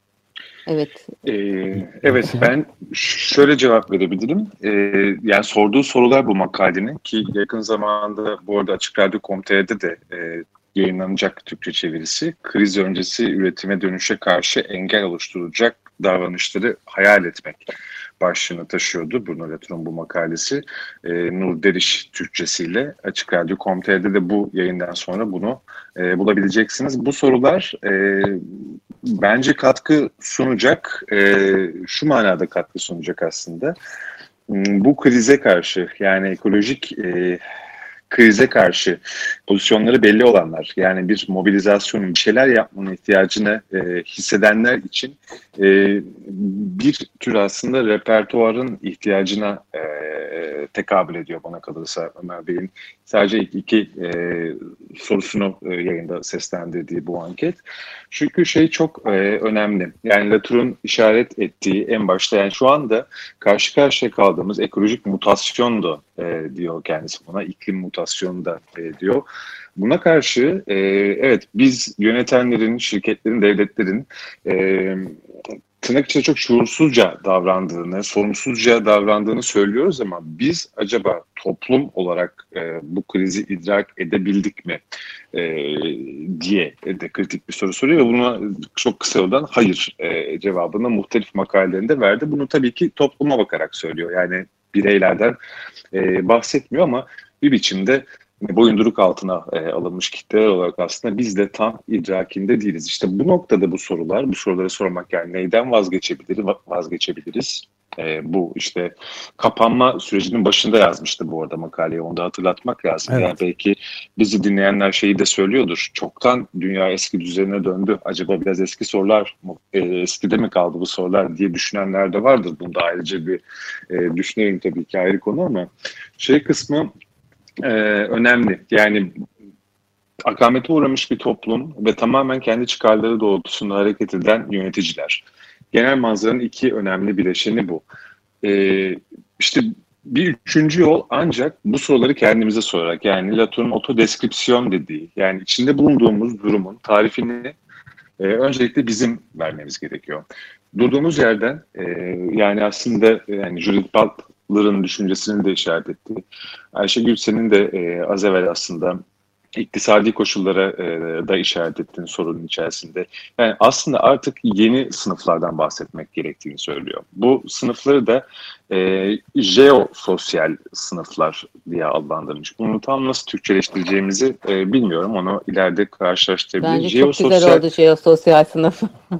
Evet. Ee, evet, ben şöyle cevap verebilirim. Ee, yani sorduğu sorular bu makalenin, ki yakın zamanda bu arada Açık Radyo nokta com nokta tr'de de e, yayınlanacak Türkçe çevirisi, kriz öncesi üretime dönüşe karşı engel oluşturacak davranışları hayal etmek başlığını taşıyordu Bruno Latour'un bu makalesi. E, Nur Deriş Türkçesiyle Açık Radyo nokta com nokta tr'de de bu yayından sonra bunu e, bulabileceksiniz. Bu sorular e, bence katkı sunacak, e, şu manada katkı sunacak aslında. Bu krize karşı, yani ekolojik e, krize karşı pozisyonları belli olanlar, yani bir mobilizasyonun, bir şeyler yapmanın ihtiyacını e, hissedenler için e, bir tür aslında repertuarın ihtiyacına e, tekabül ediyor bana kalırsa Ömer Bey'in sadece iki, iki e, sorusunu e, yayında seslendirdiği bu anket. Çünkü şey çok e, önemli. Yani Latour'un işaret ettiği en başta, yani şu anda karşı karşıya kaldığımız ekolojik mutasyon da e, diyor kendisi buna, iklim mutasyonu da e, diyor. Buna karşı e, evet, biz yönetenlerin, şirketlerin, devletlerin e, tırnak içinde çok şuursuzca davrandığını, sorumsuzca davrandığını söylüyoruz ama biz acaba toplum olarak e, bu krizi idrak edebildik mi e, diye de kritik bir soru soruyor ve buna çok kısa yoldan hayır e, cevabını muhtelif makalelerinde verdi. Bunu tabii ki topluma bakarak söylüyor. Yani bireylerden e, bahsetmiyor ama bir biçimde boyunduruk altına e, alınmış kitleler olarak aslında biz de tam idrakinde değiliz. İşte bu noktada bu sorular, bu soruları sormak, yani neyden vazgeçebiliriz, vazgeçebiliriz? E, bu işte kapanma sürecinin başında yazmıştı bu arada makaleyi, onu da hatırlatmak lazım. Evet. Yani belki bizi dinleyenler şeyi de söylüyordur, çoktan dünya eski düzenine döndü, acaba biraz eski sorular mı, e, eskide mi kaldı bu sorular diye düşünenler de vardır. Bunda ayrıca bir e, düşünelim tabii ki, ayrı konu, ama şey kısmı Ee, önemli. Yani akamete uğramış bir toplum ve tamamen kendi çıkarları doğrultusunda hareket eden yöneticiler. Genel manzaranın iki önemli bileşeni bu. Ee, işte bir üçüncü yol ancak bu soruları kendimize sorarak, yani Latour'un otodeskripsiyon dediği, yani içinde bulunduğumuz durumun tarifini e, öncelikle bizim vermemiz gerekiyor. Durduğumuz yerden e, yani aslında yani Judith Butler'ın düşüncesini de işaret etti. Ayşegül, senin de e, az evvel aslında iktisadi koşullara e, da işaret ettiğin sorunun içerisinde. Yani aslında artık yeni sınıflardan bahsetmek gerektiğini söylüyor. Bu sınıfları da e, jeososyal sınıflar diye adlandırmış. Bunu tam nasıl Türkçeleştireceğimizi e, bilmiyorum. Onu ileride karşılaştırabiliriz. Bence çok güzel oldu jeososyal sınıf.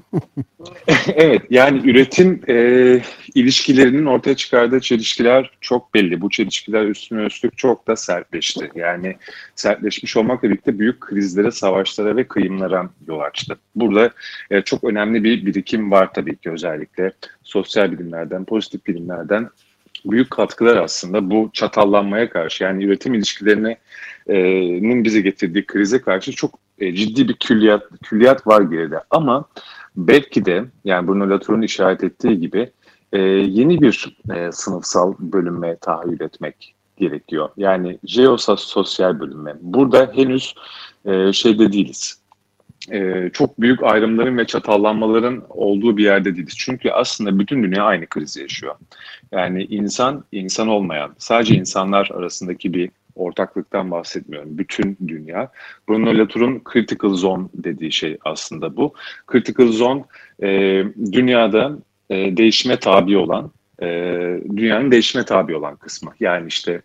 Evet, yani üretim e, ilişkilerinin ortaya çıkardığı çelişkiler çok belli. Bu çelişkiler üstüne üstlük çok da sertleşti. Yani sertleşmiş olmakla birlikte büyük krizlere, savaşlara ve kıyımlara yol açtı. Burada e, çok önemli bir birikim var tabii ki, özellikle sosyal bilimlerden, pozitif bilimlerden büyük katkılar aslında bu çatallanmaya karşı, yani üretim ilişkilerinin bize getirdiği krize karşı çok e, ciddi bir külliyat, külliyat var geride. Ama belki de, yani Bruno Latour'un işaret ettiği gibi e, yeni bir e, sınıfsal bölünme tahayyül etmek gerekiyor. Yani jeososyal bölünme. Burada henüz e, şeyde değiliz. E, çok büyük ayrımların ve çatallanmaların olduğu bir yerde değiliz. Çünkü aslında bütün dünya aynı krizi yaşıyor. Yani insan, insan olmayan, sadece insanlar arasındaki bir ortaklıktan bahsetmiyorum. Bütün dünya. Bruno Latour'un critical zone dediği şey aslında bu. Critical zone e, dünyada e, değişime tabi olan, e, dünyanın değişime tabi olan kısmı. Yani işte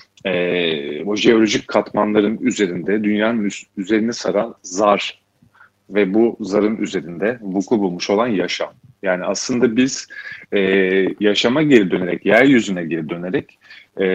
e, o jeolojik katmanların üzerinde dünyanın üzerine saran zar ve bu zarın üzerinde vuku bulmuş olan yaşam. Yani aslında biz e, yaşama geri dönerek, yeryüzüne geri dönerek e,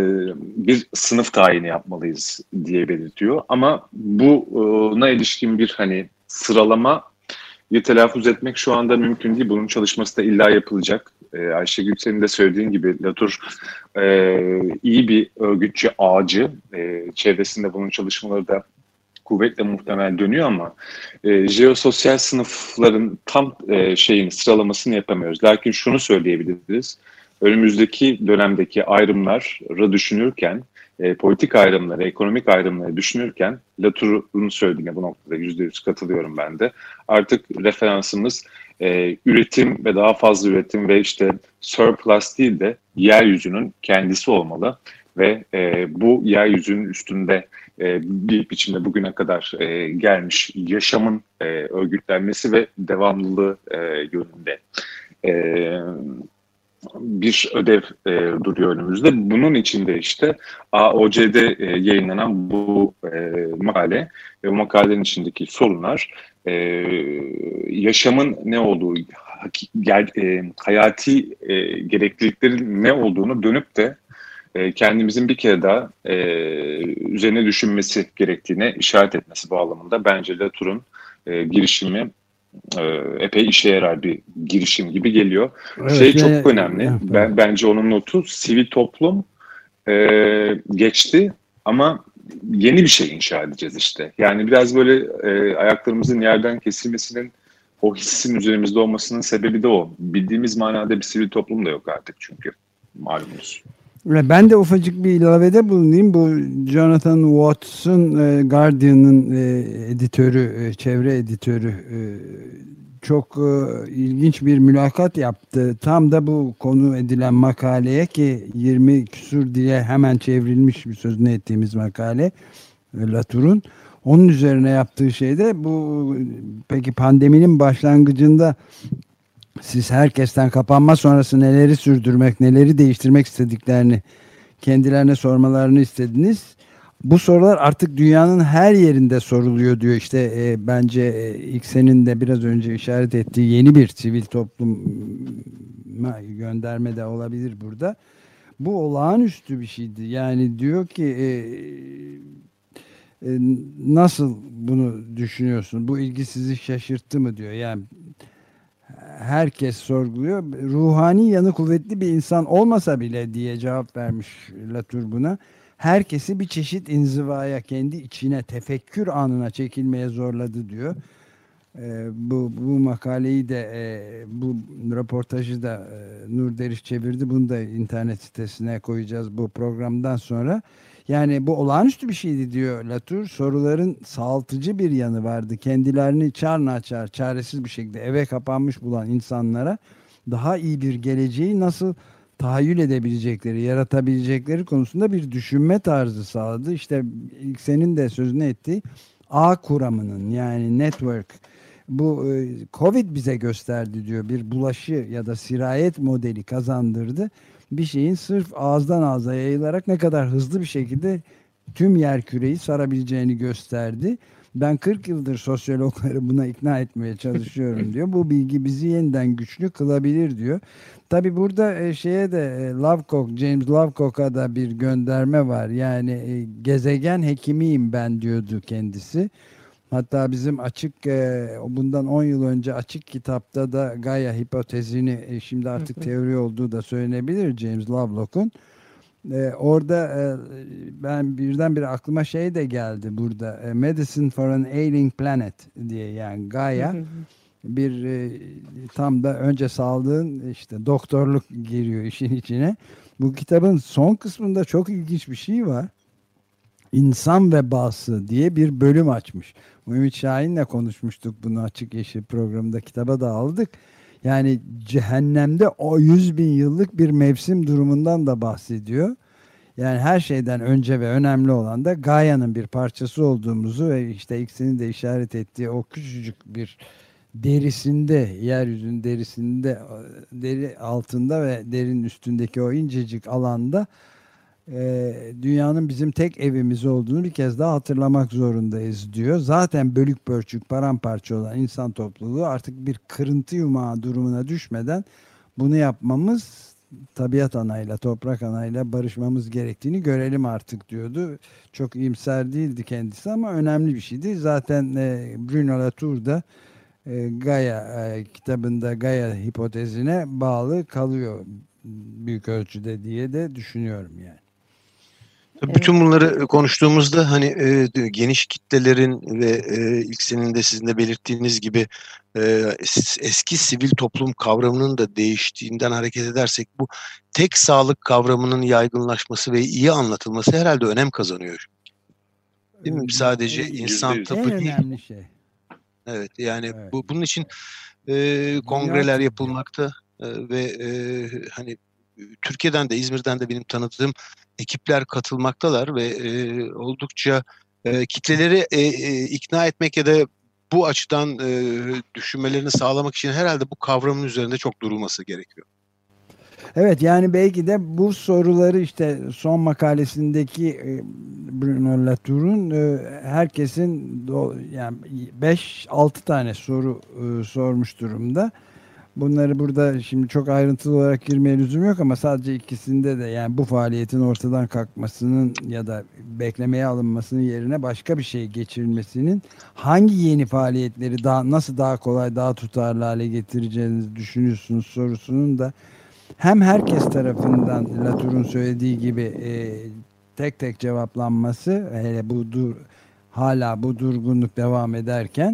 bir sınıf tayini yapmalıyız diye belirtiyor. Ama buna ilişkin bir hani sıralama telaffuz etmek şu anda mümkün değil. Bunun çalışması da illa yapılacak. E, Ayşegül, senin de söylediğin gibi Latour e, iyi bir örgütçü ağacı. E, çevresinde bunun çalışmaları da kuvvetle muhtemel dönüyor ama e, jeososyal sınıfların tam e, şeyini, sıralamasını yapamıyoruz. Lakin şunu söyleyebiliriz. Önümüzdeki dönemdeki ayrımları düşünürken, e, politik ayrımları, ekonomik ayrımları düşünürken Latour'un söylediğine bu noktada yüzde yüz katılıyorum ben de. Artık referansımız e, üretim ve daha fazla üretim ve işte surplus değil de yeryüzünün kendisi olmalı ve e, bu yeryüzünün üstünde e, bir biçimde bugüne kadar e, gelmiş yaşamın e, örgütlenmesi ve devamlılığı e, yönünde e, bir ödev e, duruyor önümüzde. Bunun içinde işte A O C'de e, yayınlanan bu e, makale ve bu makalenin içindeki sorunlar e, yaşamın ne olduğu, e, hayati e, gerekliliklerin ne olduğunu dönüp de e, kendimizin bir kere daha e, üzerine düşünmesi gerektiğine işaret etmesi bağlamında bence Latour'un e, girişimi e, epey işe yarar bir girişim gibi geliyor. Evet, şey çok ve, önemli. Evet, ben, bence onun notu sivil toplum e, geçti ama yeni bir şey inşa edeceğiz işte. Yani biraz böyle e, ayaklarımızın yerden kesilmesinin, o hissin üzerimizde olmasının sebebi de o. Bildiğimiz manada bir sivil toplum da yok artık çünkü. Malumunuz. Ben de ufacık bir ilavede bulunayım. Bu Jonathan Watts'un e, Guardian'ın e, editörü, e, çevre editörü e, çok e, ilginç bir mülakat yaptı. Tam da bu konu edilen makaleye, ki yirmi küsur diye hemen çevrilmiş bir sözünü ettiğimiz makale e, Latour'un. Onun üzerine yaptığı şey de bu. Peki pandeminin başlangıcında siz herkesten kapanma sonrası neleri sürdürmek, neleri değiştirmek istediklerini kendilerine sormalarını istediniz. Bu sorular artık dünyanın her yerinde soruluyor diyor. İşte e, bence e, ilk senin de biraz önce işaret ettiği yeni bir sivil topluma gönderme de olabilir burada. Bu olağanüstü bir şeydi. Yani diyor ki e, e, nasıl bunu düşünüyorsun? Bu ilgi sizi şaşırttı mı diyor. Yani herkes sorguluyor. Ruhani yanı kuvvetli bir insan olmasa bile diye cevap vermiş Latour buna. Herkesi bir çeşit inzivaya, kendi içine, tefekkür anına çekilmeye zorladı diyor. Ee, bu, bu makaleyi de e, bu röportajı da e, Nur Deriş çevirdi. Bunu da internet sitesine koyacağız bu programdan sonra. Yani bu olağanüstü bir şeydi diyor Latour. Soruların sağaltıcı bir yanı vardı. Kendilerini çarnaçar, çaresiz bir şekilde eve kapanmış bulan insanlara daha iyi bir geleceği nasıl tahayyül edebilecekleri, yaratabilecekleri konusunda bir düşünme tarzı sağladı. İşte ilk senin de sözünü ettiği ağ kuramının, yani network, Bu e, Covid bize gösterdi diyor. Bir bulaşı ya da sirayet modeli kazandırdı. Bir şeyin sırf ağızdan ağza yayılarak ne kadar hızlı bir şekilde tüm yerküreyi sarabileceğini gösterdi. Ben kırk yıldır sosyologları buna ikna etmeye çalışıyorum diyor. Bu bilgi bizi yeniden güçlü kılabilir diyor. Tabi burada e, şeye de e, Lovecock, James Lovecock'a da bir gönderme var. Yani e, gezegen hekimiyim ben diyordu kendisi. Hatta bizim açık e, bundan on yıl önce açık kitapta da Gaia hipotezini e, şimdi artık teori olduğu da söylenebilir James Lovelock'un. E, orada e, ben birdenbire aklıma şey de geldi burada. E, Medicine for an Ailing Planet diye, yani Gaia bir e, tam da önce sağlığın işte doktorluk giriyor işin içine. Bu kitabın son kısmında çok ilginç bir şey var. İnsan vebası diye bir bölüm açmış. Ümit Şahin'le konuşmuştuk bunu Açık Yeşil programında, kitaba da aldık. Yani cehennemde o yüz bin yıllık bir mevsim durumundan da bahsediyor. Yani her şeyden önce ve önemli olan da Gaia'nın bir parçası olduğumuzu ve işte ikisinin de işaret ettiği o küçücük bir derisinde, yeryüzünün derisinde, deri altında ve derinin üstündeki o incecik alanda e, dünyanın bizim tek evimiz olduğunu bir kez daha hatırlamak zorundayız diyor. Zaten bölük pörçük paramparça olan insan topluluğu artık bir kırıntı yumağı durumuna düşmeden bunu yapmamız, tabiat anayla, toprak anayla barışmamız gerektiğini görelim artık diyordu. Çok iyimser değildi kendisi ama önemli bir şeydi. Zaten e, Bruno Latour da e, Gaia e, kitabında Gaia hipotezine bağlı kalıyor büyük ölçüde diye de düşünüyorum yani. Bütün bunları konuştuğumuzda hani e, geniş kitlelerin ve e, ilk senin de sizin de belirttiğiniz gibi e, eski sivil toplum kavramının da değiştiğinden hareket edersek bu tek sağlık kavramının yaygınlaşması ve iyi anlatılması herhalde önem kazanıyor. Değil mi? Sadece en, insan tıbbı en değil. önemli şey. Evet, yani Evet. bu bunun için e, kongreler yapılmakta e, ve e, hani Türkiye'den de İzmir'den de benim tanıdığım ekipler katılmaktalar ve e, oldukça e, kitleleri e, e, ikna etmek ya da bu açıdan e, düşünmelerini sağlamak için herhalde bu kavramın üzerinde çok durulması gerekiyor. Evet, yani belki de bu soruları işte son makalesindeki e, Bruno Latour'un e, herkesin do, yani beş altı tane soru e, sormuş durumda. Bunları burada şimdi çok ayrıntılı olarak girmeye lüzum yok ama sadece ikisinde de yani bu faaliyetin ortadan kalkmasının ya da beklemeye alınmasının yerine başka bir şey geçirilmesinin hangi yeni faaliyetleri daha nasıl daha kolay, daha tutarlı hale getireceğinizi düşünüyorsunuz sorusunun da hem herkes tarafından Latour'un söylediği gibi e, tek tek cevaplanması, hele bu dur, hala bu durgunluk devam ederken,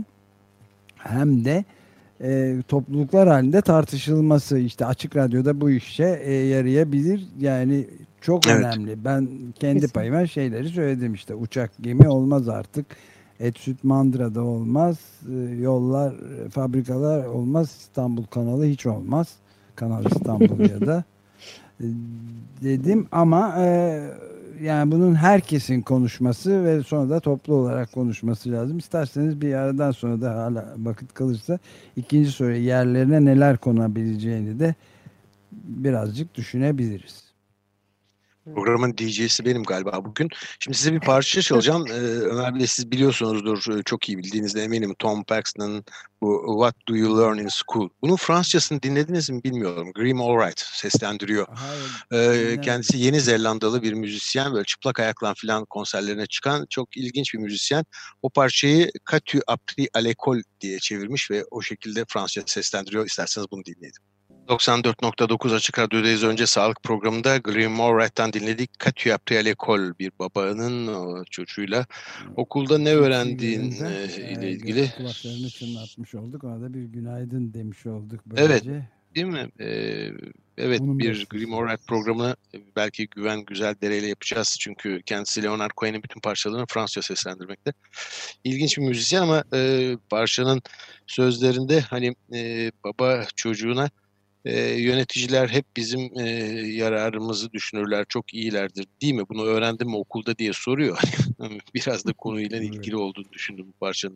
hem de e, topluluklar halinde tartışılması, işte Açık Radyo'da bu işe e, yarayabilir. Yani çok evet. önemli. Ben kendi Kesin. payıma şeyleri söyledim, işte uçak gemi olmaz artık. Et süt mandırada olmaz. E, yollar, fabrikalar olmaz. İstanbul Kanalı hiç olmaz. Kanal İstanbul ya da e, dedim ama e, yani bunun herkesin konuşması ve sonra da toplu olarak konuşması lazım. İsterseniz bir aradan sonra da hala vakit kalırsa ikinci soruya, yerlerine neler konabileceğini de birazcık düşünebiliriz. Programın D J'si benim galiba bugün. Şimdi size bir parça çalacağım. Ee, Ömer Bey, siz biliyorsunuzdur, çok iyi bildiğinizde eminim, Tom Paxton'ın bu What Do You Learn in School. Bunun Fransızcasını dinlediniz mi bilmiyorum. Grim Allright seslendiriyor. Ee, kendisi Yeni Zelandalı bir müzisyen. Böyle çıplak ayakla falan konserlerine çıkan çok ilginç bir müzisyen. O parçayı Qu'as-tu appris à l'école diye çevirmiş ve o şekilde Fransızca seslendiriyor. İsterseniz bunu dinleyelim. doksan dört nokta dokuz Açık Radyo'dayız. Önce sağlık programında Grim Allright'tan dinledik. Qu'as-tu appris à l'école? Bir babanın o, çocuğuyla okulda ne öğrendiğin e, ile ilgili. Kulaklarını çınlatmış olduk. Ona da bir günaydın demiş olduk böylece. Evet, değil mi? Ee, evet, Onun bir Grim Allright programını belki Güven Güzeldere ile yapacağız. Çünkü kendisi Leonard Cohen'in bütün parçalarını Fransızca seslendirmekte. İlginç bir müzisyen ama e, parçanın sözlerinde hani e, baba çocuğuna Ee, yöneticiler hep bizim e, yararımızı düşünürler, çok iyilerdir değil mi? Bunu öğrendim mi okulda diye soruyor. Biraz da konuyla ilgili olduğunu düşündüm bu parçanın.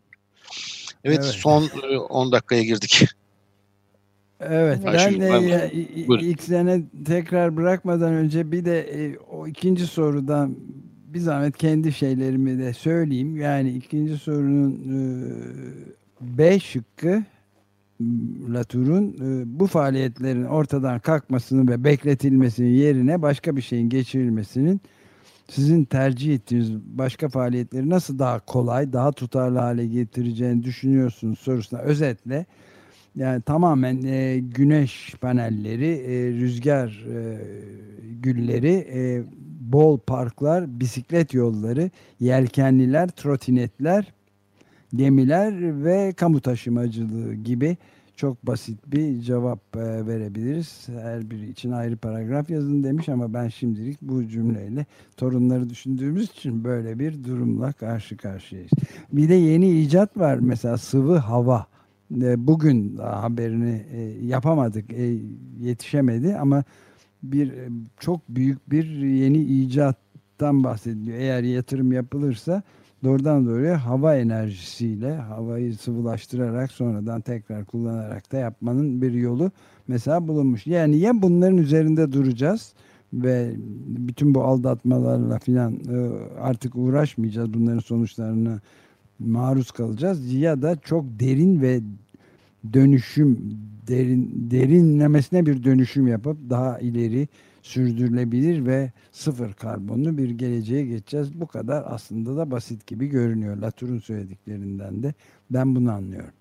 Evet, Evet. son e, on dakikaya girdik. Evet, ben Ayşegül, de var mı? ya, i- Buyurun. ilk sene tekrar bırakmadan önce bir de e, o ikinci sorudan bir zahmet kendi şeylerimi de söyleyeyim. Yani ikinci sorunun e, B şıkkı m, Latour'un e, bu faaliyetlerin ortadan kalkmasını ve bekletilmesinin yerine başka bir şeyin geçirilmesinin sizin tercih ettiğiniz başka faaliyetleri nasıl daha kolay, daha tutarlı hale getireceğini düşünüyorsunuz sorusuna özetle yani tamamen e, güneş panelleri, e, rüzgar e, gülleri, e, bol parklar, bisiklet yolları, yelkenliler, trotinetler, gemiler ve kamu taşımacılığı gibi çok basit bir cevap e, verebiliriz. Her biri için ayrı paragraf yazın demiş ama ben şimdilik bu cümleyle torunları düşündüğümüz için böyle bir durumla karşı karşıyayız. Bir de yeni icat var mesela sıvı hava. E, Bugün daha haberini e, yapamadık, e, yetişemedi ama bir e, çok büyük bir yeni icattan bahsediliyor. Eğer yatırım yapılırsa doğrudan doğruya hava enerjisiyle havayı sıvılaştırarak sonradan tekrar kullanarak da yapmanın bir yolu mesela bulunmuş. Yani ya bunların üzerinde duracağız ve bütün bu aldatmalarla filan e, artık uğraşmayacağız, bunların sonuçlarına maruz kalacağız ya da çok derin ve dönüşüm derin derinlemesine bir dönüşüm yapıp daha ileri sürdürülebilir ve sıfır karbonlu bir geleceğe geçeceğiz. Bu kadar aslında da basit gibi görünüyor. Latour'un söylediklerinden de ben bunu anlıyorum.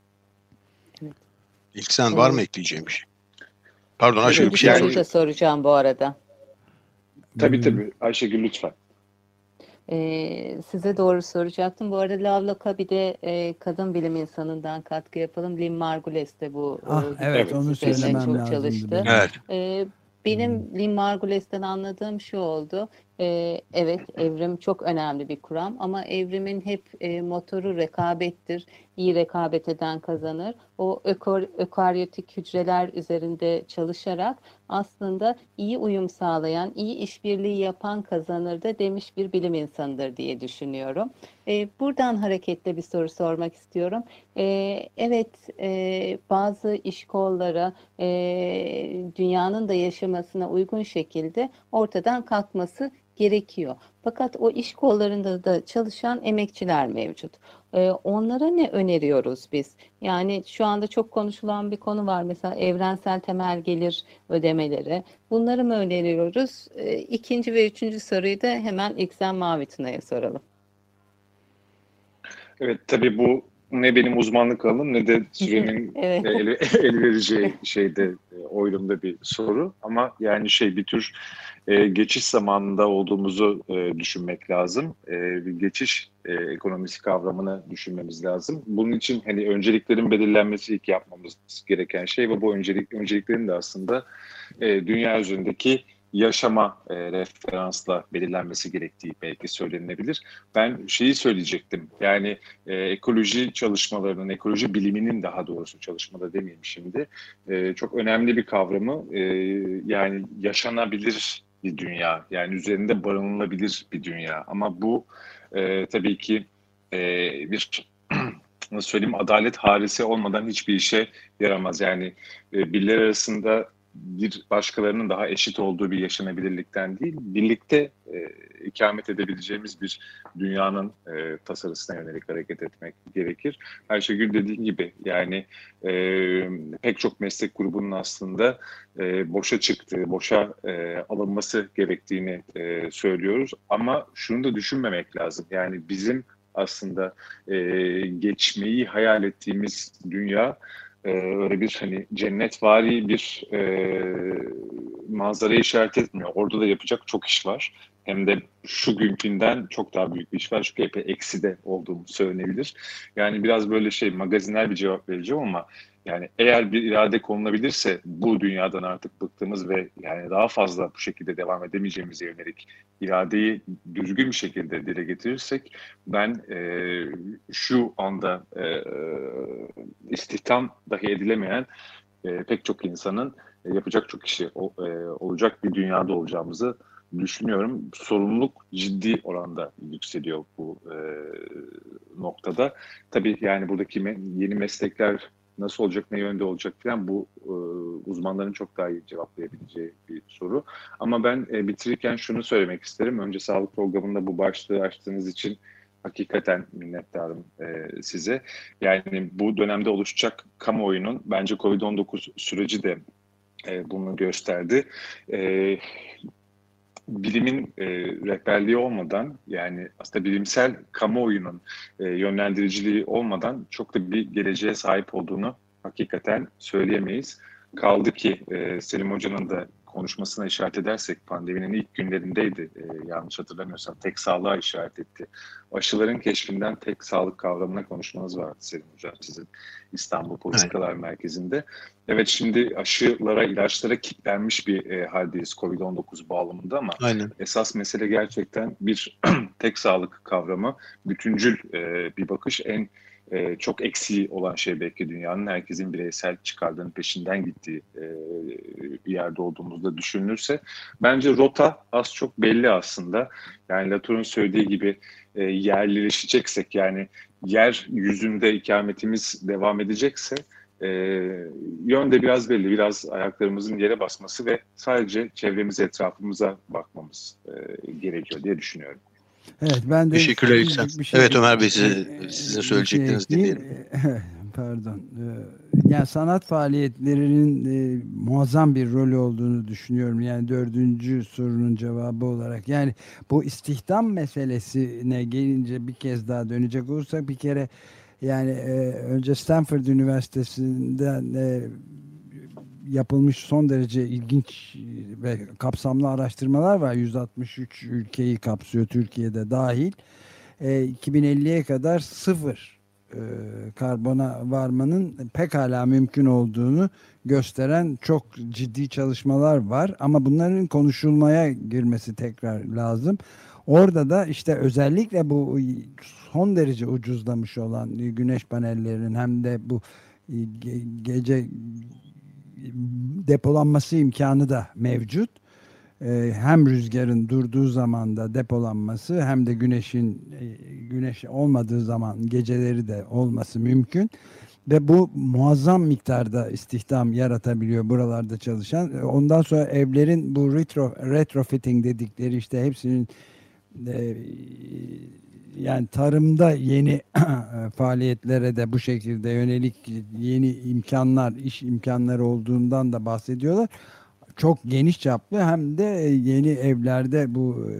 İlk sen var mı Evet. ekleyeceğim bir şey? Pardon Ayşegül, Evet, bir şey yani- söyle. Soru da soracağım bu arada. Tabii tabii. Ayşegül lütfen. Ee, size doğru soracaktım. Bu arada Lovelock'a bir de e, kadın bilim insanından katkı yapalım. Lynn Margules de bu Ah e, evet, Evet, onu üzerine söylemem çok lazımdı çalıştı. benim. Evet. Ee, benim Lynn Margules'ten anladığım şu oldu. Ee, evet, evrim çok önemli bir kuram ama evrimin hep e, motoru rekabettir. İyi rekabet eden kazanır. O öko, ökaryotik hücreler üzerinde çalışarak aslında iyi uyum sağlayan, iyi işbirliği yapan kazanır da demiş bir bilim insanıdır diye düşünüyorum. Ee, buradan hareketle bir soru sormak istiyorum. Ee, evet, e, bazı iş kolları e, dünyanın da yaşamasına uygun şekilde ortadan kalkması gerekiyor. Fakat o iş kollarında da çalışan emekçiler mevcut. Ee, onlara ne öneriyoruz biz? Yani şu anda çok konuşulan bir konu var. Mesela evrensel temel gelir ödemeleri. Bunları mı öneriyoruz? Ee, ikinci ve üçüncü soruyu da hemen İksen Mavituna'ya soralım. Evet, tabii bu ne benim uzmanlık alanım ne de sürenin Evet. el, el vereceği şeyde e, oylamda bir soru. Ama yani şey bir tür e, geçiş zamanında olduğumuzu e, düşünmek lazım. E, bir geçiş e, ekonomisi kavramını düşünmemiz lazım. Bunun için hani önceliklerin belirlenmesi ilk yapmamız gereken şey ve bu öncelik önceliklerin de aslında e, dünya üzerindeki yaşama e, referansla belirlenmesi gerektiği belki söylenebilir. Ben şeyi söyleyecektim. Yani e, ekoloji çalışmalarının, ekoloji biliminin daha doğrusu çalışmada demeyeyim şimdi. E, çok önemli bir kavramı e, yani yaşanabilir bir dünya. Yani üzerinde barınılabilir bir dünya. Ama bu e, tabii ki e, bir nasıl söyleyeyim adalet harisi olmadan hiçbir işe yaramaz. Yani e, birler arasında bir başkalarının daha eşit olduğu bir yaşanabilirlikten değil, birlikte e, ikamet edebileceğimiz bir dünyanın e, tasarısına yönelik hareket etmek gerekir. Ayşegül dediğin gibi yani e, pek çok meslek grubunun aslında e, boşa çıktığı, boşa e, alınması gerektiğini e, söylüyoruz. Ama şunu da düşünmemek lazım. Yani bizim aslında e, geçmeyi hayal ettiğimiz dünya Ee, öyle bir hani cennetvari bir e, manzarayı işaret etmiyor. Orada da yapacak çok iş var. Hem de şu günkünden çok daha büyük bir iş var. Çünkü epey ekside olduğum söylenebilir. Yani biraz böyle şey magazinel bir cevap vereceğim ama yani eğer bir irade konulabilirse bu dünyadan artık bıktığımız ve yani daha fazla bu şekilde devam edemeyeceğimize yönelik iradeyi düzgün bir şekilde dile getirirsek ben e, şu anda e, istihdam dahi edilemeyen e, pek çok insanın e, yapacak çok işi o, e, olacak bir dünyada olacağımızı düşünüyorum. Sorumluluk ciddi oranda yükseliyor bu e, noktada. Tabii yani buradaki me- yeni meslekler nasıl olacak, ne yönde olacak falan bu e, uzmanların çok daha iyi cevaplayabileceği bir soru. Ama ben e, bitirirken şunu söylemek isterim. Önce sağlık programında bu başlığı açtığınız için hakikaten minnettarım e, size. Yani bu dönemde oluşacak kamuoyunun bence kovid on dokuz süreci de e, bunu gösterdi. E, bilimin e, rehberliği olmadan, yani aslında bilimsel kamuoyunun e, yönlendiriciliği olmadan çok da bir geleceğe sahip olduğunu hakikaten söyleyemeyiz. Kaldı ki e, Selim Hoca'nın da konuşmasına işaret edersek, pandeminin ilk günlerindeydi e, yanlış hatırlamıyorsam, tek sağlığa işaret etti. Aşıların keşfinden tek sağlık kavramına konuşmanız vardı Selim Hocam sizin İstanbul Politikalar evet. Merkezi'nde. Evet, şimdi aşılara, ilaçlara kilitlenmiş bir e, haldeyiz kovid on dokuz bağlamında ama Aynen. esas mesele gerçekten bir tek sağlık kavramı, bütüncül e, bir bakış. En e, çok eksiği olan şey belki dünyanın, herkesin bireysel çıkardığının peşinden gittiği e, bir yerde olduğumuzda düşünülürse bence rota az çok belli aslında. Yani Latour'un söylediği gibi e, yerleşeceksek, yani yer yüzünde ikametimiz devam edecekse e, yön de biraz belli. Biraz ayaklarımızın yere basması ve sadece çevremize, etrafımıza bakmamız e, gerekiyor diye düşünüyorum. Evet, ben de teşekkürler Yüksel. Şey, evet Ömer Bey, size, sizin söyleyeceklerinizi şey dinleyelim. Pardon. Yani sanat faaliyetlerinin e, muazzam bir rolü olduğunu düşünüyorum. Yani dördüncü sorunun cevabı olarak. Yani bu istihdam meselesine gelince bir kez daha dönecek olursak, bir kere yani e, önce Stanford Üniversitesi'nden e, yapılmış son derece ilginç ve kapsamlı araştırmalar var. yüz altmış üç ülkeyi kapsıyor, Türkiye'de dahil. E, iki bin elliye kadar sıfır e, karbona varmanın pekala mümkün olduğunu gösteren çok ciddi çalışmalar var. Ama bunların konuşulmaya girmesi tekrar lazım. Orada da işte özellikle bu son derece ucuzlamış olan güneş panellerinin hem de bu ge- gece depolanması imkanı da mevcut. Ee, hem rüzgarın durduğu zaman da depolanması, hem de güneşin e, güneş olmadığı zaman geceleri de olması mümkün. Ve bu muazzam miktarda istihdam yaratabiliyor buralarda çalışan. Ondan sonra evlerin bu retro, retrofitting dedikleri, işte hepsinin e, yani tarımda yeni faaliyetlere de bu şekilde yönelik yeni imkanlar, iş imkanları olduğundan da bahsediyorlar. Çok geniş çaplı, hem de yeni evlerde bu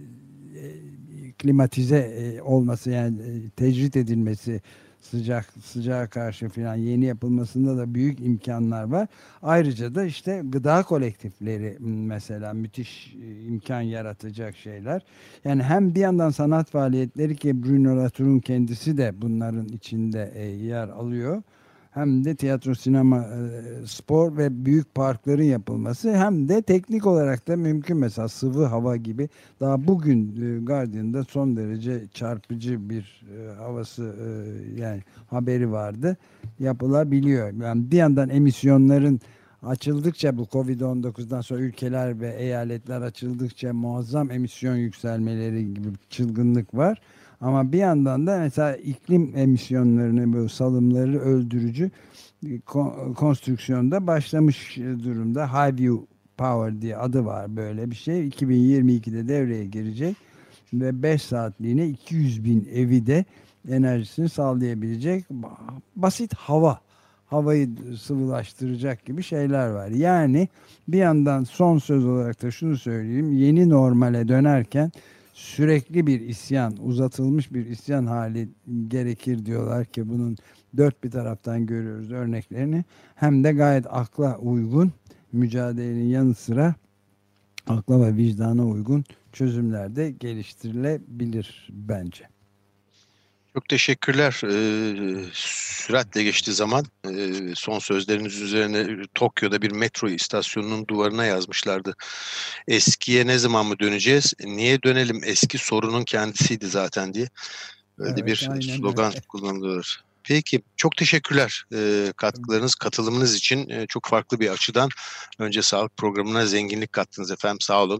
e, klimatize e, olması, yani e, tecrit edilmesi, sıcak sıcağa karşı falan yeni yapılmasında da büyük imkanlar var. Ayrıca da işte gıda kolektifleri mesela müthiş imkan yaratacak şeyler. Yani hem bir yandan sanat faaliyetleri, ki Bruno Latour'un kendisi de bunların içinde yer alıyor. Hem de tiyatro, sinema, spor ve büyük parkların yapılması, hem de teknik olarak da mümkün. Mesela sıvı hava gibi, daha bugün Guardian'da son derece çarpıcı bir havası yani haberi vardı, yapılabiliyor. Yani bir yandan emisyonların açıldıkça, bu kovid on dokuzdan sonra ülkeler ve eyaletler açıldıkça muazzam emisyon yükselmeleri gibi bir çılgınlık var. Ama bir yandan da mesela iklim emisyonlarını, bu salımları öldürücü konstrüksiyonda başlamış durumda. Highview Power diye adı var böyle bir şey. iki bin yirmi ikide devreye girecek ve beş saatliğine iki yüz bin evi de enerjisini sağlayabilecek basit hava, havayı sıvılaştıracak gibi şeyler var. Yani bir yandan son söz olarak da şunu söyleyeyim: yeni normale dönerken sürekli bir isyan, uzatılmış bir isyan hali gerekir diyorlar ki bunun dört bir taraftan görüyoruz örneklerini. Hem de gayet akla uygun, mücadelenin yanı sıra akla ve vicdana uygun çözümler de geliştirilebilir bence. Çok teşekkürler. Ee, süratle geçti zaman. Ee, son sözleriniz üzerine Tokyo'da bir metro istasyonunun duvarına yazmışlardı. Eskiye ne zaman mı döneceğiz? Niye dönelim? Eski sorunun kendisiydi zaten diye. Böyle evet, bir slogan öyle kullanılıyor. Peki, çok teşekkürler e, katkılarınız, katılımınız için. E, çok farklı bir açıdan önce sağlık programına zenginlik kattınız efendim. Sağ olun.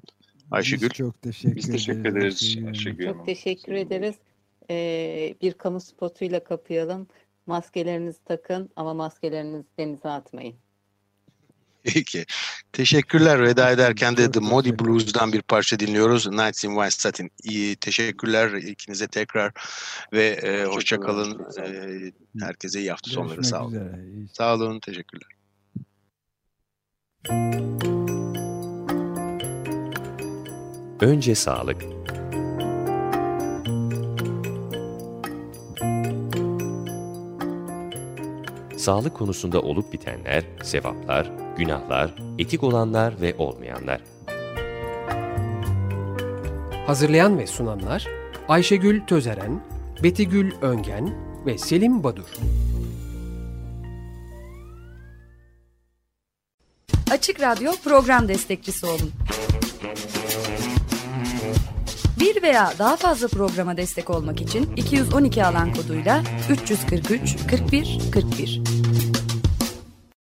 Ayşegül. Biz çok teşekkür Biz teşekkür ederiz. ederiz Ayşegül. Çok teşekkür ederiz. Ee, bir kamu spotuyla kapayalım. Maskelerinizi takın ama maskelerinizi denize atmayın. Peki. Teşekkürler. Veda ederken de Çok The Modi teşekkür Blues'dan bir parça dinliyoruz. Nights in White Satin. İyi, teşekkürler ikinize tekrar ve e, hoşça kalın. E, herkese iyi hafta sonları. Görüşmek Sağ olun. üzere. İyi- Sağ olun. Teşekkürler. Önce sağlık. Sağlık konusunda olup bitenler, sevaplar, günahlar, etik olanlar ve olmayanlar. Hazırlayan ve sunanlar Ayşegül Tözeren, Betigül Öngen ve Selim Badur. Açık Radyo program destekçisi olun. Bir veya daha fazla programa destek olmak için iki yüz on iki alan koduyla üç yüz kırk üç kırk bir kırk bir.